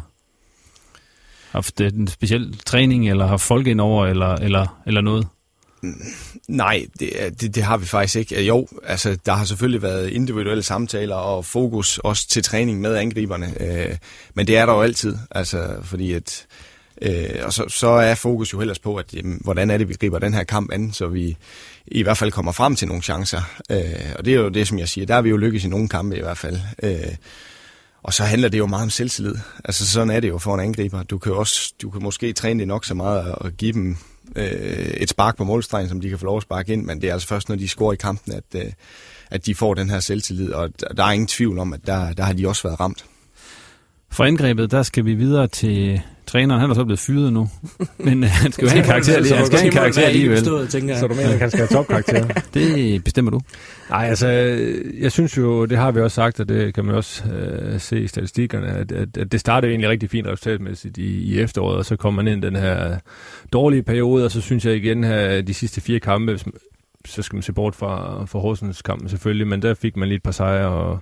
Haft en speciel træning, eller haft folk ind over, eller, eller, eller noget? Nej, det, det, det har vi faktisk ikke. Jo, altså der har selvfølgelig været individuelle samtaler og fokus også til træning med angriberne. Øh, men det er der jo altid, altså fordi at Øh, og så, så er fokus jo ellers på, at jamen, hvordan er det, vi griber den her kamp an, så vi i hvert fald kommer frem til nogle chancer. Øh, og det er jo det, som jeg siger, der har vi jo lykkes i nogle kampe i hvert fald. Øh, og så handler det jo meget om selvtillid. Altså sådan er det jo for en angriber. Du kan også, du kan måske træne det nok så meget og give dem øh, et spark på målstregen, som de kan få lov at sparke ind, men det er altså først, når de scorer i kampen, at, øh, at de får den her selvtillid, og der er ingen tvivl om, at der, der har de også været ramt. For angrebet, der skal vi videre til træneren. Han er så blevet fyret nu, men uh, han skal jo have en karakter lige. Han skal have en karakter alligevel. Så du mener, at han skal have topkarakter? Det bestemmer du. Nej, altså, jeg synes jo, det har vi også sagt, og det kan man også uh, se i statistikkerne, at, at, at det startede egentlig rigtig fint resultatmæssigt i, i efteråret, og så kom man ind i den her dårlige periode, og så synes jeg igen, at de sidste fire kampe, så skal man se bort fra, fra Horsens kampen selvfølgelig, men der fik man lige et par sejre, og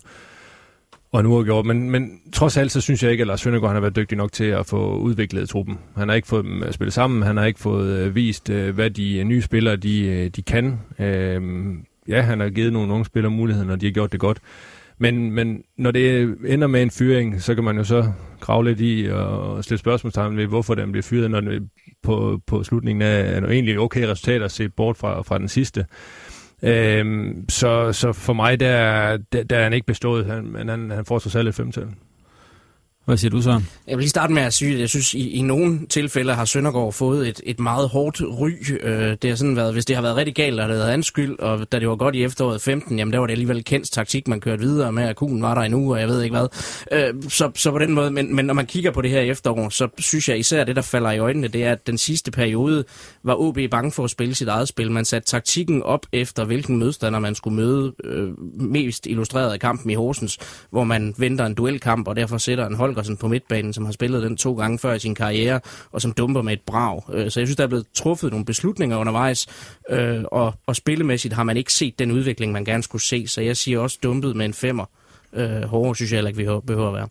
Og nu har gjort, men, men trods alt, så synes jeg ikke, at Lars Søndergaard han har været dygtig nok til at få udviklet truppen. Han har ikke fået dem at spille sammen, han har ikke fået øh, vist, øh, hvad de nye spillere de, de kan. Øh, ja, han har givet nogle unge spillere muligheden, og de har gjort det godt. Men, men når det ender med en fyring, så kan man jo så grave lidt i og stille spørgsmålstegn ved, hvorfor den bliver fyret, når det på, på slutningen af nogle egentlig okay resultater set bort fra, fra den sidste. Øhm, så, så for mig, der, der, der er han ikke bestået, han, han, han får sig selv et femtal. Hvad siger du så? Jeg vil lige starte med at sige, at jeg synes, i, i nogle tilfælde har Søndergaard fået et, et meget hårdt ry. Øh, det har sådan været, hvis det har været rigtig galt, og det har været hans skyld, og da det var godt i efteråret femten, jamen der var det alligevel kendt taktik, man kørte videre med, at kugen var der endnu, og jeg ved ikke hvad. Øh, så, så på den måde, men, men når man kigger på det her efterår, så synes jeg især, det der falder i øjnene, det er, at den sidste periode var O B bange for at spille sit eget spil. Man satte taktikken op efter, hvilken modstander man skulle møde, øh, mest illustreret af kampen i Horsens, hvor man venter en duelkamp, og derfor sætter en hold på midtbanen, som har spillet den to gange før i sin karriere, og som dumper med et brag. Så jeg synes, der er blevet truffet nogle beslutninger undervejs, og, og spillemæssigt har man ikke set den udvikling, man gerne skulle se, så jeg siger også dumpet med en femmer. Hårdere synes jeg heller ikke, vi behøver at være.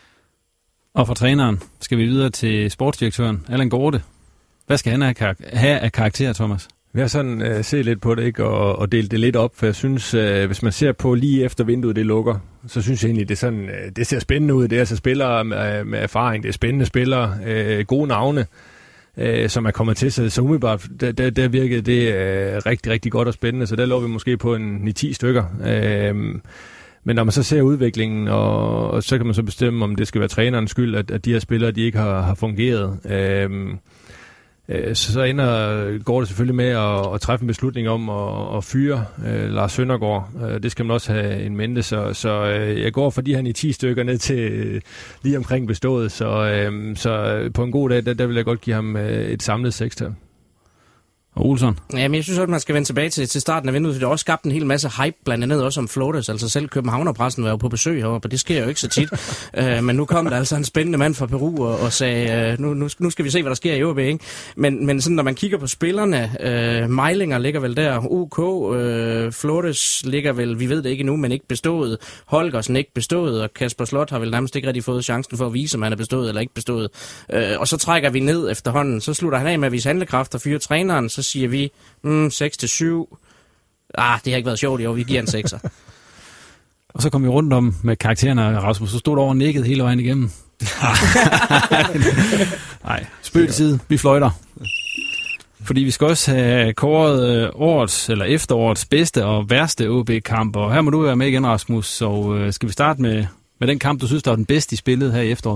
Og fra træneren skal vi videre til sportsdirektøren, Allan Gorte. Hvad skal han have, kar- have af karakter, Thomas? Vi har sådan øh, set lidt på det, ikke, og, og delt det lidt op, for jeg synes, øh, hvis man ser på lige efter vinduet det lukker, så synes jeg egentlig, det, er sådan, øh, det ser spændende ud. Det er altså spillere med, med erfaring, det er spændende spillere, øh, gode navne, øh, som er kommet til sig. Så umiddelbart, der, der, der virkede det øh, rigtig, rigtig godt og spændende, så der lå vi måske på en ni ti stykker. Øh, men når man så ser udviklingen, og, og så kan man så bestemme, om det skal være trænerens skyld, at, at de her spillere, de ikke har, har fungeret. Øh, Så, så ender, går det selvfølgelig med at, at træffe en beslutning om at, at fyre øh, Lars Søndergaard. Øh, det skal man også have en mente. Så, så øh, jeg går fra de her i ti stykker ned til øh, lige omkring bestået. Så, øh, så på en god dag, der, der vil jeg godt give ham øh, et samlet sekstal. Og Olsson? Jamen, jeg synes også, at man skal vende tilbage til, til starten af vinduet, for det har også skabt en hel masse hype, blandt andet også om Flores. Altså selv Københavnerpressen var jo på besøg heroppe, og det sker jo ikke så tit. uh, men nu kom der altså en spændende mand fra Peru og, og sagde, uh, nu, nu, nu skal vi se, hvad der sker i O B, ikke? Men, men sådan, når man kigger på spillerne, uh, Meilinger ligger vel der, O K, uh, Flores ligger vel, vi ved det ikke endnu, men ikke bestået. Holgersen ikke bestået, og Kasper Slot har vel nærmest ikke rigtig fået chancen for at vise, om han er bestået eller ikke bestået. Uh, og så trækker vi ned efterhånden, så slutter han af med at vise handlekraft og fyre træneren, så siger vi mm, seks til syv. Ah, det har ikke været sjovt i år, vi giver en sekser. Og så kom vi rundt om med karaktererne, Rasmus, så stod der over nikket hele vejen igennem. Nej, spøg til side, vi fløjter. Fordi vi skal også have kåret årets, eller efterårets bedste og værste O B-kamp, og her må du være med igen, Rasmus, så øh, skal vi starte med, med den kamp, du synes, der var den bedste i spillet her i efteråret?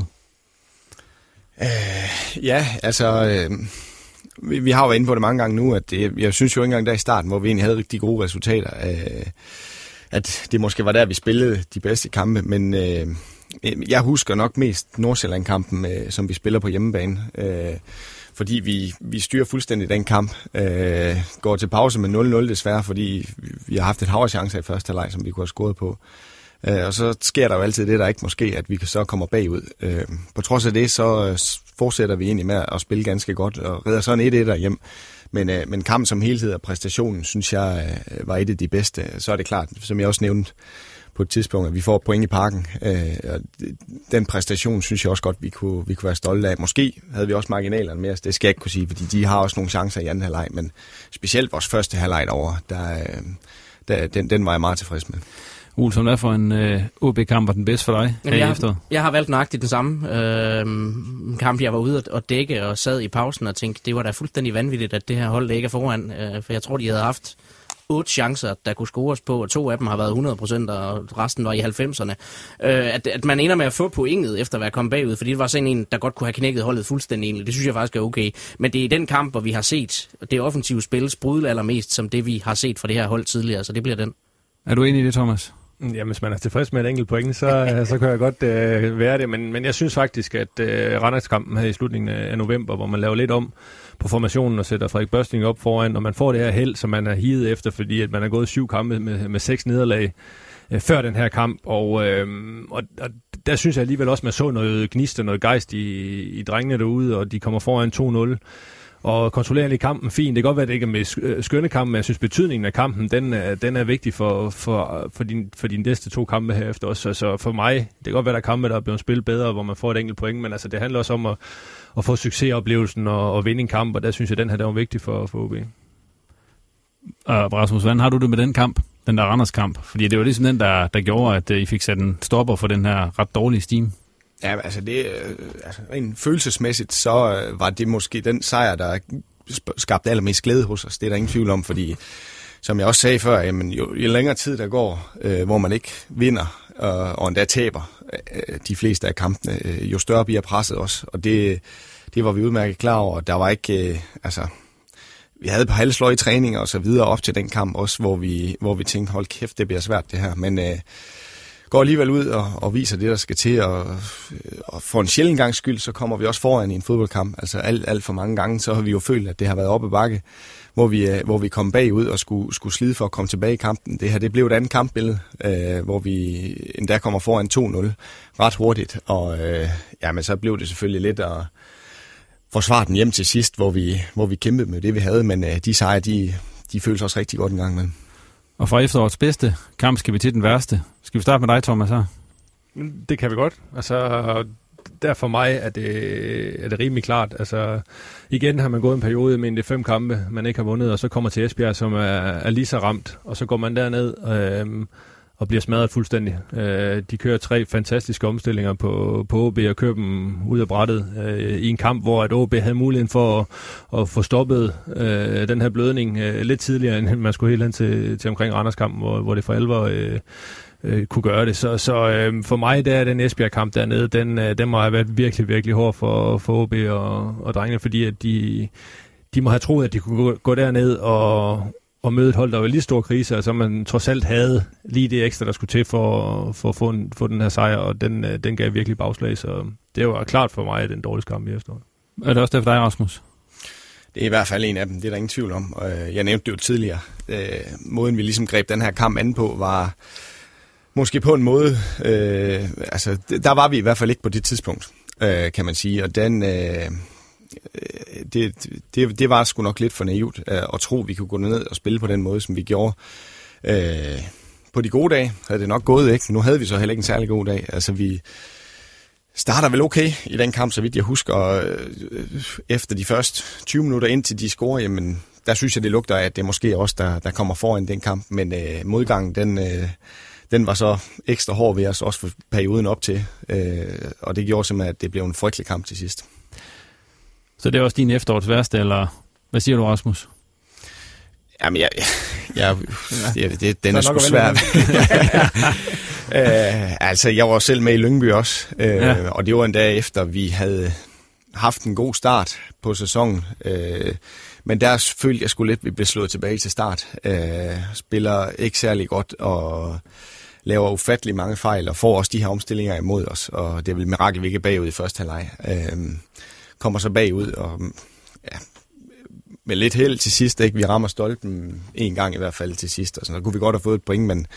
Øh, ja, altså... Øh Vi, vi har jo været inde på det mange gange nu, at det, jeg synes jo ikke engang der i starten, hvor vi egentlig havde rigtig gode resultater, øh, at det måske var der, vi spillede de bedste kampe, men øh, jeg husker nok mest Nordsjælland-kampen, øh, som vi spiller på hjemmebane, øh, fordi vi, vi styrer fuldstændig den kamp, øh, går til pause med nul nul desværre, fordi vi har haft et hav af chancer i første halvleg, som vi kunne have scoret på. Uh, og så sker der jo altid det, der ikke måske, at vi så kommer bagud. Uh, på trods af det, så uh, fortsætter vi egentlig med at spille ganske godt, og redder sådan et et hjem. Men, uh, men kampen som helhed og præstationen, synes jeg, uh, var et af de bedste. Så er det klart, som jeg også nævnte på et tidspunkt, at vi får point i parken. Uh, og den præstation, synes jeg også godt, vi kunne, vi kunne være stolte af. Måske havde vi også marginalerne med os, det skal jeg ikke kunne sige, fordi de har også nogle chancer i anden halvleg, men specielt vores første halvleg derovre, der, uh, der, den, den var jeg meget tilfreds med. Olsen, hvad for en øh, O B-kamp var den bedste for dig her jeg, efter? Jeg har valgt nøjagtigt den samme øh, kamp, jeg var ude og dække og sad i pausen og tænkte, det var da fuldstændig vanvittigt, at det her hold ikke er foran. Øh, for jeg tror, de havde haft otte chancer, der kunne scores på, og to af dem har været hundrede procent, og resten var i halvfemserne. Øh, at, at man ender med at få pointet efter at være kommet bagud, fordi det var sådan en, der godt kunne have knækket holdet fuldstændig egentlig. Det synes jeg faktisk er okay. Men det er i den kamp, hvor vi har set det offensive spil sprudle allermest, som det vi har set fra det her hold tidligere, så det bliver den. Er du enig i det, Thomas? Ja, hvis man er tilfreds med et enkelt point, så, så kan jeg godt øh, være det. Men, men jeg synes faktisk, at øh, Randers-kampen her i slutningen af november, hvor man laver lidt om på formationen og sætter Frederik Børsting op foran, og man får det her held, som man er higet efter, fordi at man har gået syv kampe med, med seks nederlag øh, før den her kamp. Og, øh, og, og der synes jeg alligevel også, at man så noget gnist og noget gejst i, i drengene derude, og de kommer foran to nul. Og kontrollerer lige kampen fint. Det kan godt være, at det ikke er med skønne kampen, men jeg synes, betydningen af kampen, den er, den er vigtig for, for, for, din, for de næste to kampe herefter også. Så for mig, det kan godt være, at der er kampe, der er blevet spillet bedre, hvor man får et enkelt point, men altså, det handler også om at, at få succesoplevelsen og, og vinde en kamp, og der synes jeg, at den her der var vigtig for, for O B. Og Rasmus, hvordan har du det med den kamp? Den der Randers kamp? Fordi det var ligesom den, der, der gjorde, at I fik sat en stopper for den her ret dårlige steam. Ja, altså det, altså rent følelsesmæssigt, så var det måske den sejr, der skabte allermest glæde hos os. Det er der ingen tvivl om, fordi som jeg også sagde før, jamen, jo, jo længere tid der går, øh, hvor man ikke vinder øh, og endda taber øh, de fleste af kampene, øh, jo større bliver presset også. Og det, det var vi udmærket klar over. Der var ikke, øh, altså, vi havde på halvsløj i træninger og så videre op til den kamp også, hvor vi, hvor vi tænkte, hold kæft, det bliver svært det her. Men øh, går alligevel ud og, og viser det, der skal til, og, og for en sjældent gangs skyld, så kommer vi også foran i en fodboldkamp. Altså alt, alt for mange gange, så har vi jo følt, at det har været oppe ad bakke, hvor vi, hvor vi kom bagud og skulle, skulle slide for at komme tilbage i kampen. Det her, det blev et andet kampbillede, øh, hvor vi endda kommer foran to nul ret hurtigt, og øh, jamen, så blev det selvfølgelig lidt at forsvare den hjem til sidst, hvor vi, hvor vi kæmpede med det, vi havde, men øh, de sejre, de, de føles også rigtig godt en gang med. Og fra efterårets bedste kamp skal vi til den værste. Skal vi starte med dig, Thomas, her? Det kan vi godt. Altså, der for mig er det, er det rimelig klart. Altså, igen har man gået en periode med en fem kampe, man ikke har vundet, og så kommer til Esbjerg, som er, er lige så ramt, og så går man derned øh, og bliver smadret fuldstændig. Øh, de kører tre fantastiske omstillinger på, på O B og kører dem ud af brættet øh, i en kamp, hvor at O B havde muligheden for at, at få stoppet øh, den her blødning øh, lidt tidligere, end man skulle helt hen til, til omkring Randers-kampen, hvor, hvor det for alvor øh, øh, kunne gøre det. Så, så øh, for mig, der er den Esbjerg-kamp dernede, den, øh, den må have været virkelig, virkelig hård for, for O B og, og drengene, fordi at de, de må have troet, at de kunne gå, gå derned og og møde et hold, der var lige stor krise, og så man trods alt havde lige det ekstra, der skulle til for, for at få, en, få den her sejr, og den, den gav virkelig bagslag, så det var klart for mig, den dårligste kamp i efteråret. Er det også det for dig, Rasmus? Det er i hvert fald en af dem, det er der ingen tvivl om. Jeg nævnte det jo tidligere. Måden, vi ligesom greb den her kamp an på, var måske på en måde, øh, altså der var vi i hvert fald ikke på det tidspunkt, øh, kan man sige, og den... Øh, Det, det, det var sgu nok lidt for naivt at tro, at vi kunne gå ned og spille på den måde, som vi gjorde. Øh, på de gode dage havde det nok gået, ikke? Nu havde vi så heller ikke en særlig god dag. Altså, vi starter vel okay i den kamp, så vidt jeg husker. Og efter de første tyve minutter ind til de scorer, jamen, der synes jeg, det lugter af, at det er måske også der, der kommer foran den kamp. Men øh, modgangen, den, øh, den var så ekstra hård ved os, også for perioden op til. Øh, og det gjorde simpelthen, at det blev en frygtelig kamp til sidst. Så det er også din efterårets værste, eller hvad siger du, Rasmus? Jamen, jeg, jeg, det, det, den er sgu svær. øh, altså, jeg var selv med i Lyngby også, øh, ja. Og det var en dag efter, vi havde haft en god start på sæsonen. Øh, men der følte jeg sgu lidt, at vi blev slået tilbage til start. Øh, spiller ikke særlig godt, og laver ufattelig mange fejl, og får også de her omstillinger imod os. Og det er vel mirakel, vi ikke er bagud i første halvleg. Øh, kommer så bagud, og ja, med lidt held til sidst, ikke? Vi rammer stolpen en gang i hvert fald til sidst, og så kunne vi godt have fået et point, men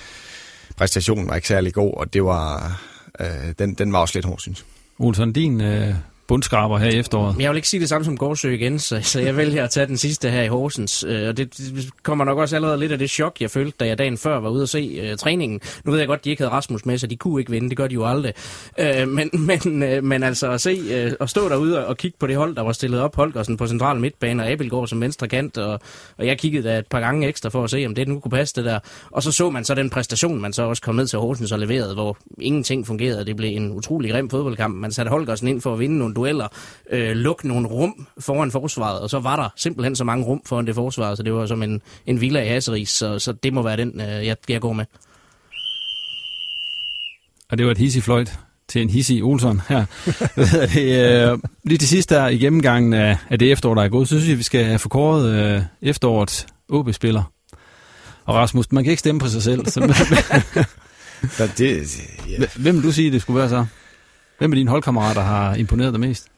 præstationen var ikke særlig god, og det var, øh, den, den var også lidt hård, synes jeg. Olsen, din øh, bundskraber her i efteråret. Jeg vil ikke sige det samme som Gårdsø igen, så, så jeg vælger at tage den sidste her i Horsens. Øh, og det, det kommer nok også allerede lidt af det chok, jeg følte, da jeg dagen før var ude at se øh, træningen. Nu ved jeg godt, de ikke havde Rasmus med, så de kunne ikke vinde. Det gør de jo aldrig. Øh, men, men, øh, men altså at se øh, og stå derude og kigge på det hold, der var stillet op, Holgersen på central midtbane og Abelgaard som venstre kant, og, og jeg kiggede da et par gange ekstra for at se, om det nu kunne passe det der. Og så så man så den præstation, man så også kom ned til Horsens og leverede, hvor ingenting fungerede. Det blev en utrolig grim fodboldkamp. Man satte Holgersen ind for at vinde nogle dueller, øh, lukke nogle rum foran forsvaret, og så var der simpelthen så mange rum foran det forsvar, så det var som en, en villa i Hasseris, så, så det må være den, øh, jeg, jeg går med. Og det var et hissig fløjt til en hissig Olsson her. det, øh, lige til sidst der i gennemgangen af, af det efterår, der er gået, så synes jeg, vi skal have forkåret øh, efterårets O B-spiller. Og Rasmus, man kan ikke stemme på sig selv. Så det, det, ja. Hvem vil du sige, det skulle være så? Hvem er dine holdkammerater, der har imponeret dig mest?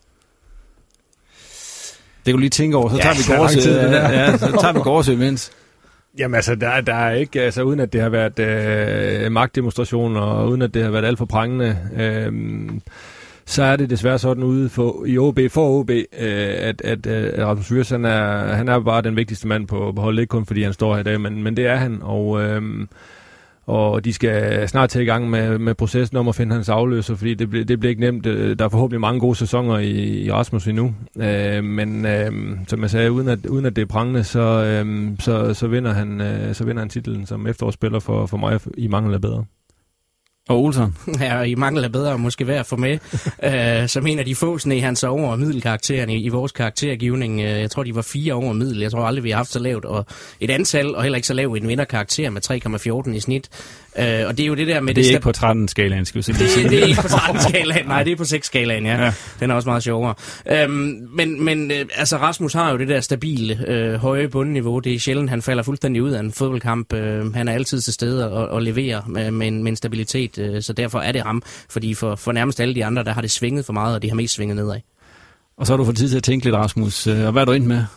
Det kan du lige tænke over, så tager ja, vi Gårdsø. Ja, så tager vi Gårdsø imens. Jamen altså, der, der er ikke, altså uden at det har været øh, magtdemonstrationer, og uden at det har været alt for prangende, øh, så er det desværre sådan ude for, i O B, for O B, øh, at, at, at Rasmus Vyrs, han er, han er bare den vigtigste mand på, på holdet, ikke kun fordi han står her i dag, men, men det er han, og... Øh, Og de skal snart tage i gang med, med processen om at finde hans afløser, fordi det, ble, det bliver ikke nemt. Der er forhåbentlig mange gode sæsoner i, i Rasmus endnu. Øh, men øh, som jeg sagde, uden at, uden at det er prangende, så, øh, så, så, vinder han, øh, så vinder han titlen som efterårsspiller for, for mig i mangel af bedre. Og Olsson? Ja, i mangel af bedre måske værd at få med. øh, som en af de få sådan i hans over middelkarakteren i, i vores karaktergivning. Jeg tror, de var fire over middel. Jeg tror aldrig, vi har haft så lavt og et antal, og heller ikke så lavt en vinderkarakter med tre komma fjorten i snit. Øh, og det er jo det der med... Det er det ikke på tretten-skalaen, skal vi sige. Det, det er ikke på tretten-skalaen, nej, det er på seks-skalaen, ja. ja. Den er også meget sjovere. Øhm, men men øh, altså, Rasmus har jo det der stabile, øh, høje bundniveau. Det er sjældent, han falder fuldstændig ud af en fodboldkamp. Øh, han er altid til stede og, og leverer med, med, en, med en stabilitet, øh, så derfor er det ham. Fordi for, for nærmest alle de andre, der har det svinget for meget, og de har mest svinget nedad. Og så har du fået tid til at tænke lidt, Rasmus. Og hvad er du ind med?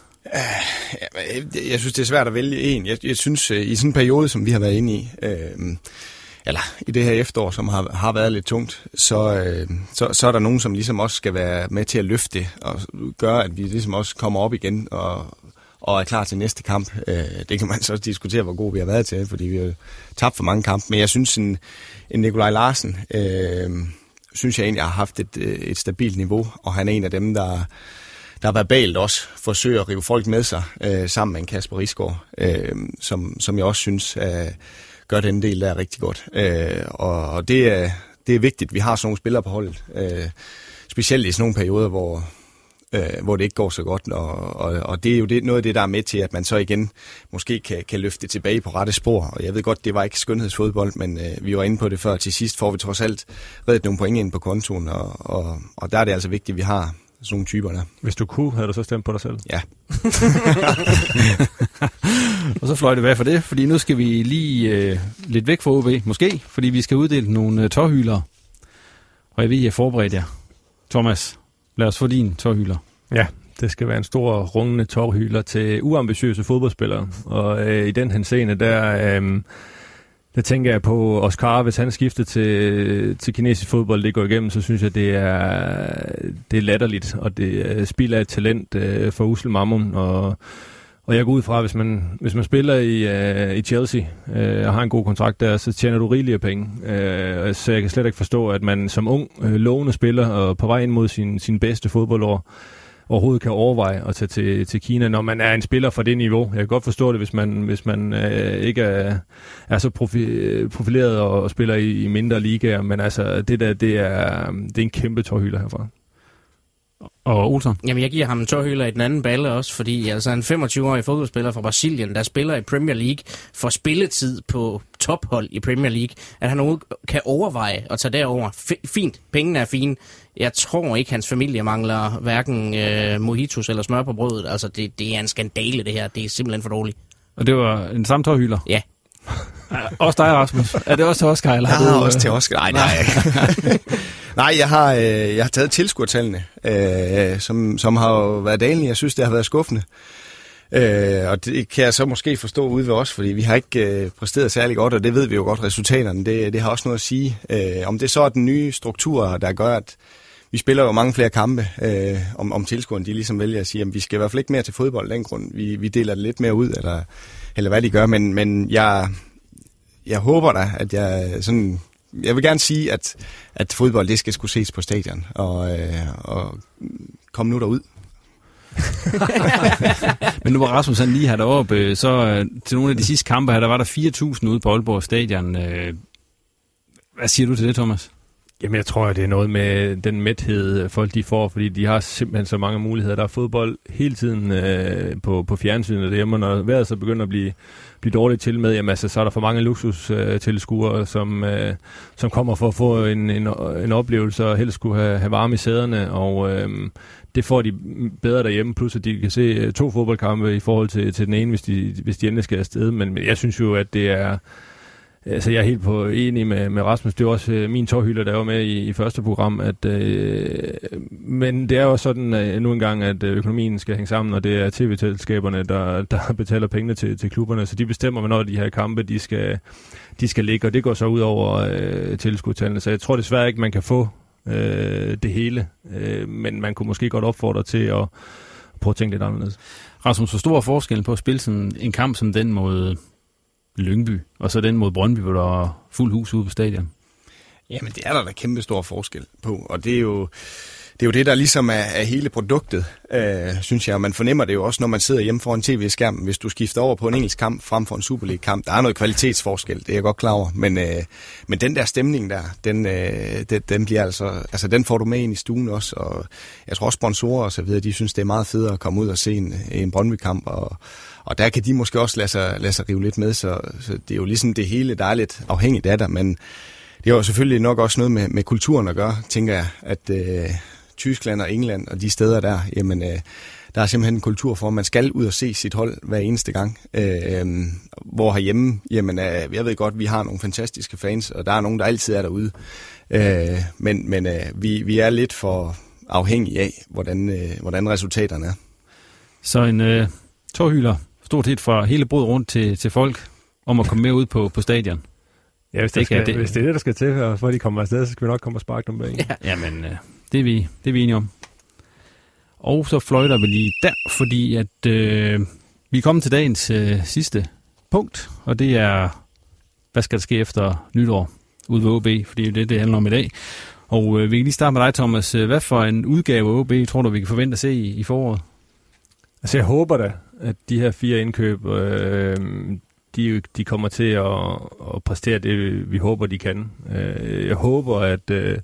Jeg, jeg synes, det er svært at vælge en. Jeg, jeg synes, i sådan en periode, som vi har været inde i, øh, eller i det her efterår, som har, har været lidt tungt, så, øh, så, så er der nogen, som ligesom også skal være med til at løfte det, og gøre, at vi ligesom også kommer op igen og, og er klar til næste kamp. Øh, det kan man så også diskutere, hvor gode vi har været til, fordi vi har tabt for mange kampe. Men jeg synes, en, en Nikolaj Larsen, øh, synes jeg egentlig har haft et, et stabilt niveau, og han er en af dem, der der verbalt også forsøger at rive folk med sig, øh, sammen med en Kasper Risgaard, øh, som, som jeg også synes øh, gør den del der rigtig godt. Øh, og og det, er, det er vigtigt, vi har sådan nogle spillere på holdet, øh, specielt i sådan nogle perioder, hvor, øh, hvor det ikke går så godt, og, og, og det er jo det, noget af det, der er med til, at man så igen måske kan, kan løfte det tilbage på rette spor. Og jeg ved godt, det var ikke skønhedsfodbold, men øh, vi var inde på det før. Til sidst får vi trods alt reddet nogle point ind på kontoen, og, og, og der er det altså vigtigt, at vi har sådan nogle typer der. Hvis du kunne, havde du så stemt på dig selv? Ja. Og så fløj det hvad for det, fordi nu skal vi lige øh, lidt væk fra O B, måske, fordi vi skal uddele nogle øh, tårhylere. Og jeg ved, I er forberedt jer. Thomas, lad os få din tårhyler. Ja, det skal være en stor, rungende tårhyler til uambitiøse fodboldspillere. Og øh, i den henseende, der... Øh, Der tænker jeg på Oscar, hvis han skifter til, til kinesisk fodbold, det går igennem, så synes jeg, det er, det er latterligt, og det er spild af et talent øh, for usel mammon. Og, og jeg går ud fra, hvis man, hvis man spiller i, øh, i Chelsea øh, og har en god kontrakt der, så tjener du rigelige penge. Øh, så jeg kan slet ikke forstå, at man som ung, øh, lovende spiller og på vej ind mod sin, sin bedste fodboldår, overhovedet kan overveje at tage til, til Kina, når man er en spiller fra det niveau. Jeg kan godt forstå det, hvis man, hvis man øh, ikke er, er så profi, profileret og, og spiller i, i mindre ligaer, men altså, det der, det er, det er en kæmpe tårhylder herfra. Og Olsson? Jamen, jeg giver ham en tårhylder i den anden balle også, fordi altså en femogtyve-årig fodboldspiller fra Brasilien, der spiller i Premier League, får spilletid på tophold i Premier League, at han overhovedet kan overveje at tage derover. F- fint, pengene er fine. Jeg tror ikke, hans familie mangler hverken øh, mojitos eller smør på brødet. Altså, det, det er en skandale, det her. Det er simpelthen for dårligt. Og det var en samme tårhylder? Ja. Også dig, Rasmus. Er det også til Oscar? Eller jeg har har du, også til Oscar. Nej, nej. Nej, jeg har, øh, jeg har taget tilskuertallene, øh, som, som har jo været dalende. Jeg synes, det har været skuffende. Øh, og det kan jeg så måske forstå ude ved os, fordi vi har ikke øh, præsteret særlig godt, og det ved vi jo godt, resultaterne. Det, det har også noget at sige. Øh, om det så er den nye struktur, der gør, at vi spiller jo mange flere kampe, øh, om, om tilskuerne de ligesom vælger at sige, at vi skal i hvert fald ikke mere til fodbold af den grund. Vi, vi deler det lidt mere ud, eller, eller hvad de gør, men, men jeg, jeg håber da, at jeg sådan... Jeg vil gerne sige, at, at fodbold, det skal sgu ses på stadion, og, øh, og kom nu derud. Men nu var Rasmus han lige her deroppe, så øh, til nogle af de sidste kampe her, der var der fire tusind ude på Aalborg Stadion. Øh, hvad siger du til det, Thomas? Jamen, jeg tror, at det er noget med den mæthed, folk de får, fordi de har simpelthen så mange muligheder. Der er fodbold hele tiden øh, på, på fjernsynet derhjemme, når vejret så begynder at blive, blive dårligt til med, jamen, altså, så er der for mange luksustilskuere, øh, som, øh, som kommer for at få en, en, en oplevelse og helst skulle have, have varme i sæderne, og øh, det får de bedre derhjemme, plus at de kan se to fodboldkampe i forhold til, til den ene, hvis de, hvis de endelig skal afsted. Men jeg synes jo, at det er... Altså, jeg er helt på enig med, med Rasmus. Det var også øh, min tårhylder, der var med i, i første program. At, øh, men det er jo sådan øh, nu engang, at økonomien skal hænge sammen, og det er tv-selskaberne, der, der betaler pengene til, til klubberne. Så de bestemmer, hvornår de her kampe de skal, de skal ligge, og det går så ud over øh, tilskudstallene. Så jeg tror desværre ikke, man kan få øh, det hele. Øh, men man kunne måske godt opfordre til at prøve at tænke lidt anderledes. Rasmus, hvor stor forskel på at spille sådan en kamp som den mod Lyngby, og så den mod Brøndby, hvor der er fuld hus ude på stadion? Jamen, det er der da kæmpe stor forskel på, og det er jo det, er jo det der ligesom er, er hele produktet, øh, synes jeg. Man fornemmer det jo også, når man sidder hjemme foran tv-skærmen, hvis du skifter over på en engelsk kamp frem for en Superliga-kamp. Der er noget kvalitetsforskel, det er jeg godt klar over, men, øh, men den der stemning der, den, øh, den, den bliver altså, altså den får du med ind i stuen også, og jeg tror også sponsorer og så videre, de synes, det er meget federe at komme ud og se en, en Brøndby-kamp, og Og der kan de måske også lade sig, lade sig rive lidt med, så, så det er jo ligesom det hele, der er lidt afhængigt af det, men det har jo selvfølgelig nok også noget med, med kulturen at gøre, tænker jeg, at øh, Tyskland og England og de steder der, jamen øh, der er simpelthen en kultur for, at man skal ud og se sit hold hver eneste gang. Øh, hvor herhjemme, jamen øh, jeg ved godt, vi har nogle fantastiske fans, og der er nogen, der altid er derude, øh, men, men øh, vi, vi er lidt for afhængige af, hvordan, øh, hvordan resultaterne er. Så en øh, tårhyler stort set fra hele brud rundt til, til folk om at komme med ud på, på stadion. Ja, hvis det, skal, det, hvis det er det, der skal til, og for at de kommer afsted, så skal vi nok komme og sparke dem bag. Ja. Jamen, øh, det, er vi, det er vi enige om. Og så fløjter vi lige der, fordi at øh, vi er kommet til dagens øh, sidste punkt, og det er, hvad skal der ske efter nytår ude ved O B, fordi det er det, det handler om i dag. Og øh, vi kan lige starte med dig, Thomas. Hvad for en udgave af O B tror du, vi kan forvente at se i, i foråret? Altså, jeg håber da, at de her fire indkøb, øh, de, de kommer til at, at præstere det, vi håber, de kan. Øh, jeg håber, at, øh,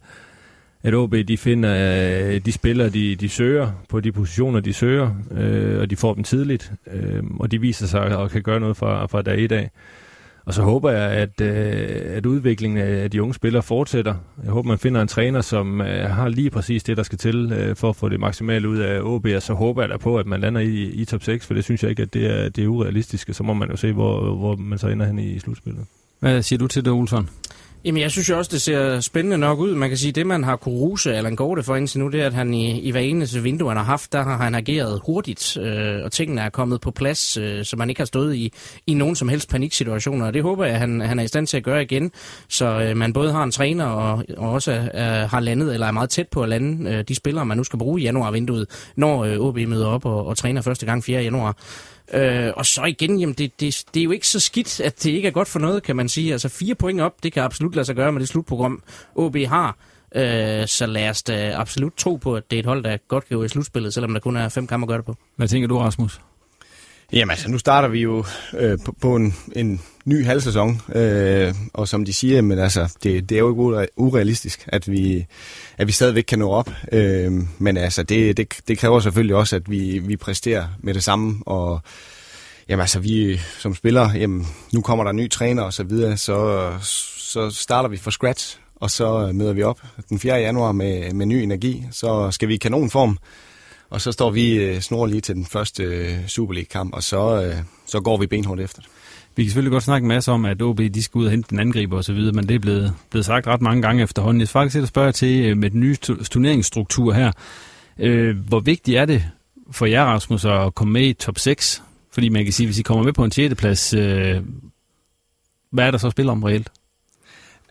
at O B, de finder øh, de spillere, de, de søger på de positioner, de søger, øh, og de får dem tidligt, øh, og de viser sig at kan gøre noget fra, fra dag et af. Og så håber jeg, at, øh, at udviklingen af de unge spillere fortsætter. Jeg håber, man finder en træner, som øh, har lige præcis det, der skal til øh, for at få det maksimale ud af O B. Og så håber jeg da på, at man lander i, i top seks, for det synes jeg ikke, at det er, det er urealistisk. Så må man jo se, hvor, hvor man så ender hen i slutspillet. Hvad siger du til det, Olsson? Jamen, jeg synes jo også, det ser spændende nok ud. Man kan sige, det man har kunne rose Allan Gorte for indtil nu, det er, at han i, i hver eneste vindue, han har haft, der har han ageret hurtigt, øh, og tingene er kommet på plads, øh, så man ikke har stået i, i nogen som helst paniksituationer. Og det håber jeg, at han, han er i stand til at gøre igen, så øh, man både har en træner og, og også er, har landet, eller er meget tæt på at lande øh, de spillere, man nu skal bruge i januarvinduet, når øh, O B møder op og, og træner første gang fjerde januar. Øh, og så igen, jamen det, det, det er jo ikke så skidt, at det ikke er godt for noget, kan man sige. Altså fire point op, det kan absolut lade sig gøre med det slutprogram, O B har. Øh, så lad os da absolut tro på, at det er et hold, der godt kan gå i slutspillet, selvom der kun er fem kampe at gøre det på. Hvad tænker du, Rasmus? Jamen altså, nu starter vi jo øh, på, på en, en ny halvsæson, øh, og som de siger, men altså, det, det er jo ikke urealistisk, at vi, at vi stadigvæk kan nå op. Øh, men altså, det, det, det kræver selvfølgelig også, at vi, vi præsterer med det samme, og jamen altså, vi som spillere, jamen, nu kommer der en ny træner og så videre, så, så starter vi fra scratch, og så møder vi op den fjerde januar med, med ny energi, så skal vi i kanonform. Og så står vi øh, snor lige til den første øh, Superliga-kamp, og så, øh, så går vi benhårdt efter det. Vi kan selvfølgelig godt snakke en masse om, at O B de skal ud og hente en angriber og så videre, men det er blevet, blevet sagt ret mange gange efterhånden. Jeg skal faktisk spørge til øh, med den nye turneringsstruktur her. Øh, hvor vigtigt er det for jer, Rasmus, at komme med i top seks? Fordi man kan sige, hvis I kommer med på en sjette plads, øh, hvad er der så at spille om reelt?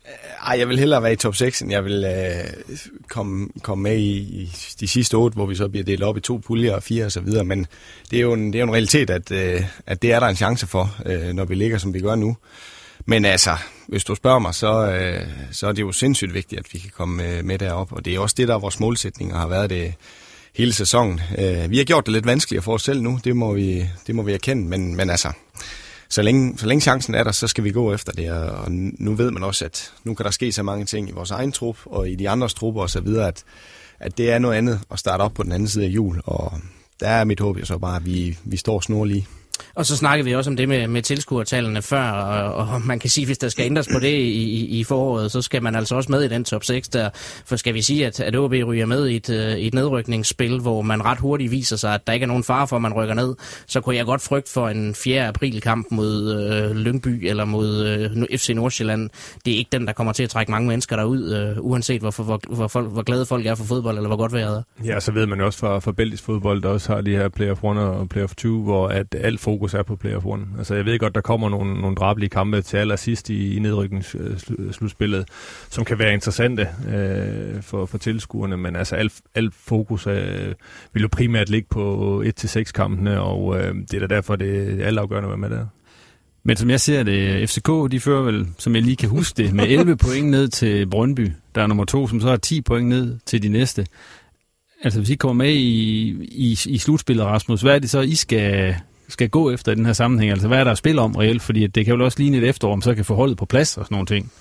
Ej, jeg vil hellere være i top seks, end jeg vil øh, komme, komme med i, i de sidste otte, hvor vi så bliver delt op i to puljer og fire og så videre. Men det er jo en, det er jo en realitet, at, øh, at det er der en chance for, øh, når vi ligger, som vi gør nu. Men altså, hvis du spørger mig, så, øh, så er det jo sindssygt vigtigt, at vi kan komme øh, med derop. Og det er også det, der er vores målsætning og har været det hele sæsonen. Øh, vi har gjort det lidt vanskeligere for os selv nu, det må vi, det må vi erkende, men, men altså... Så længe, så længe chancen er der, så skal vi gå efter det, og nu ved man også, at nu kan der ske så mange ting i vores egen trup, og i de andres trupper og så videre, at, at det er noget andet at starte op på den anden side af jul, og der er mit håb jo så bare, at vi, vi står snorlige. Og så snakkede vi også om det med, med tilskuertallene før, og, og man kan sige, hvis der skal ændres på det i, i foråret, så skal man altså også med i den top seks der. For skal vi sige, at, at O B ryger med i et, i et nedrykningsspil, hvor man ret hurtigt viser sig, at der ikke er nogen fare for, at man rykker ned, så kunne jeg godt frygte for en fjerde april-kamp mod øh, Lyngby eller mod øh, F C Nordsjælland. Det er ikke den, der kommer til at trække mange mennesker derud, øh, uanset hvor, hvor, hvor, folk, hvor glade folk er for fodbold, eller hvor godt vejret er. Ja, så ved man også fra, fra belgisk fodbold, der også har de her playoff one og playoff two, hvor at alt fokus er på playoff one. Altså jeg ved godt, der kommer nogle, nogle drabelige kampe til allersidst i, i nedrykningsslutspillet, som kan være interessante øh, for, for tilskuerne, men altså alt, alt fokus øh, vil jo primært ligge på et til seks kampene, og øh, det er da derfor, det er altafgørende at være med der. Men som jeg ser det, F C K, de fører vel, som jeg lige kan huske det, med elleve point ned til Brøndby. Der er nummer to, som så har ti point ned til de næste. Altså hvis I kommer med i, i, i slutspillet, Rasmus, hvad er det så, I skal... skal gå efter i den her sammenhæng? Altså, hvad er der at spille om reelt? Fordi det kan jo også ligne et efterår, om så kan få holdet på plads og sådan nogle ting.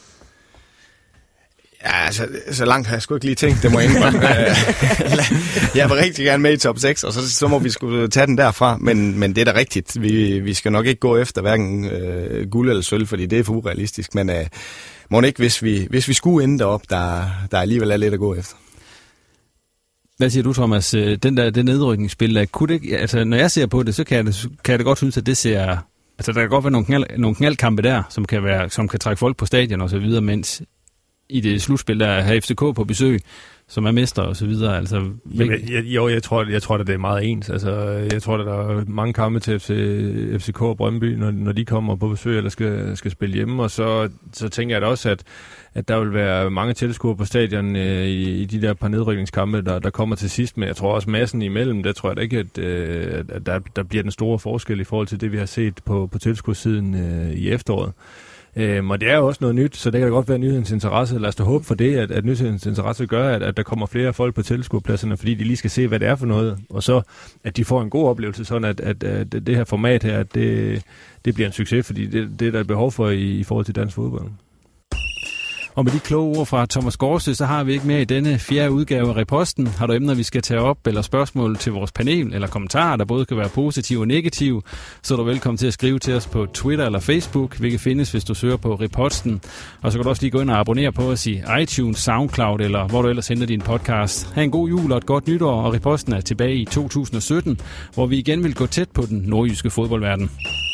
Ja, altså, så langt har jeg sgu ikke lige tænkt, det må jeg indrømme. Jeg vil rigtig gerne med i top seks, og så, så må vi skulle tage den derfra. Men, men det er da rigtigt. Vi, vi skal nok ikke gå efter hverken øh, guld eller sølv, fordi det er for urealistisk. Men øh, må ikke, hvis vi, hvis vi skulle ende derop, der, der alligevel er lidt at gå efter. Hvad siger du, Thomas? Den der, det nedrykningsspil, der, kunne det, altså, når jeg ser på det, så kan jeg det, kan jeg det godt synes, at det ser... Altså, der kan godt være nogle, knald, nogle knaldkampe der, som kan, være, som kan trække folk på stadion og så videre, mens i det slutspil, der har F C K på besøg, som er mester og så videre. Altså, Jamen, jeg, jo, jeg tror, jeg tror, at det er meget ens. Altså, jeg tror, at der er mange kampe til F C, F C K og Brøndby, når, når de kommer på besøg eller skal, skal spille hjemme. Og så, så tænker jeg da også, at, at der vil være mange tilskuere på stadion øh, i, i de der par nedrykningskampe, der, der kommer til sidst. Men jeg tror også massen imellem, der tror jeg da ikke, at, øh, at der, der bliver den store forskel i forhold til det, vi har set på, på tilskuersiden øh, i efteråret. Øhm, og det er jo også noget nyt, så det kan da godt være nyhedens interesse. Lad os da håbe for det, at, at nyhedens interesse gør, at, at der kommer flere folk på tilskuerpladserne, fordi de lige skal se, hvad det er for noget. Og så, at de får en god oplevelse, sådan at, at, at det her format her, det, det bliver en succes, fordi det, det er der et behov for i, i forhold til dansk fodbold. Og med de kloge ord fra Thomas Gårdsø, så har vi ikke mere i denne fjerde udgave af Reposten. Har du emner, vi skal tage op, eller spørgsmål til vores panel, eller kommentarer, der både kan være positive og negative, så er du velkommen til at skrive til os på Twitter eller Facebook, hvilket findes, hvis du søger på Reposten. Og så kan du også lige gå ind og abonnere på os i iTunes, SoundCloud, eller hvor du ellers henter din podcast. Ha' en god jul og et godt nytår, og Reposten er tilbage i to tusind og sytten, hvor vi igen vil gå tæt på den nordjyske fodboldverden.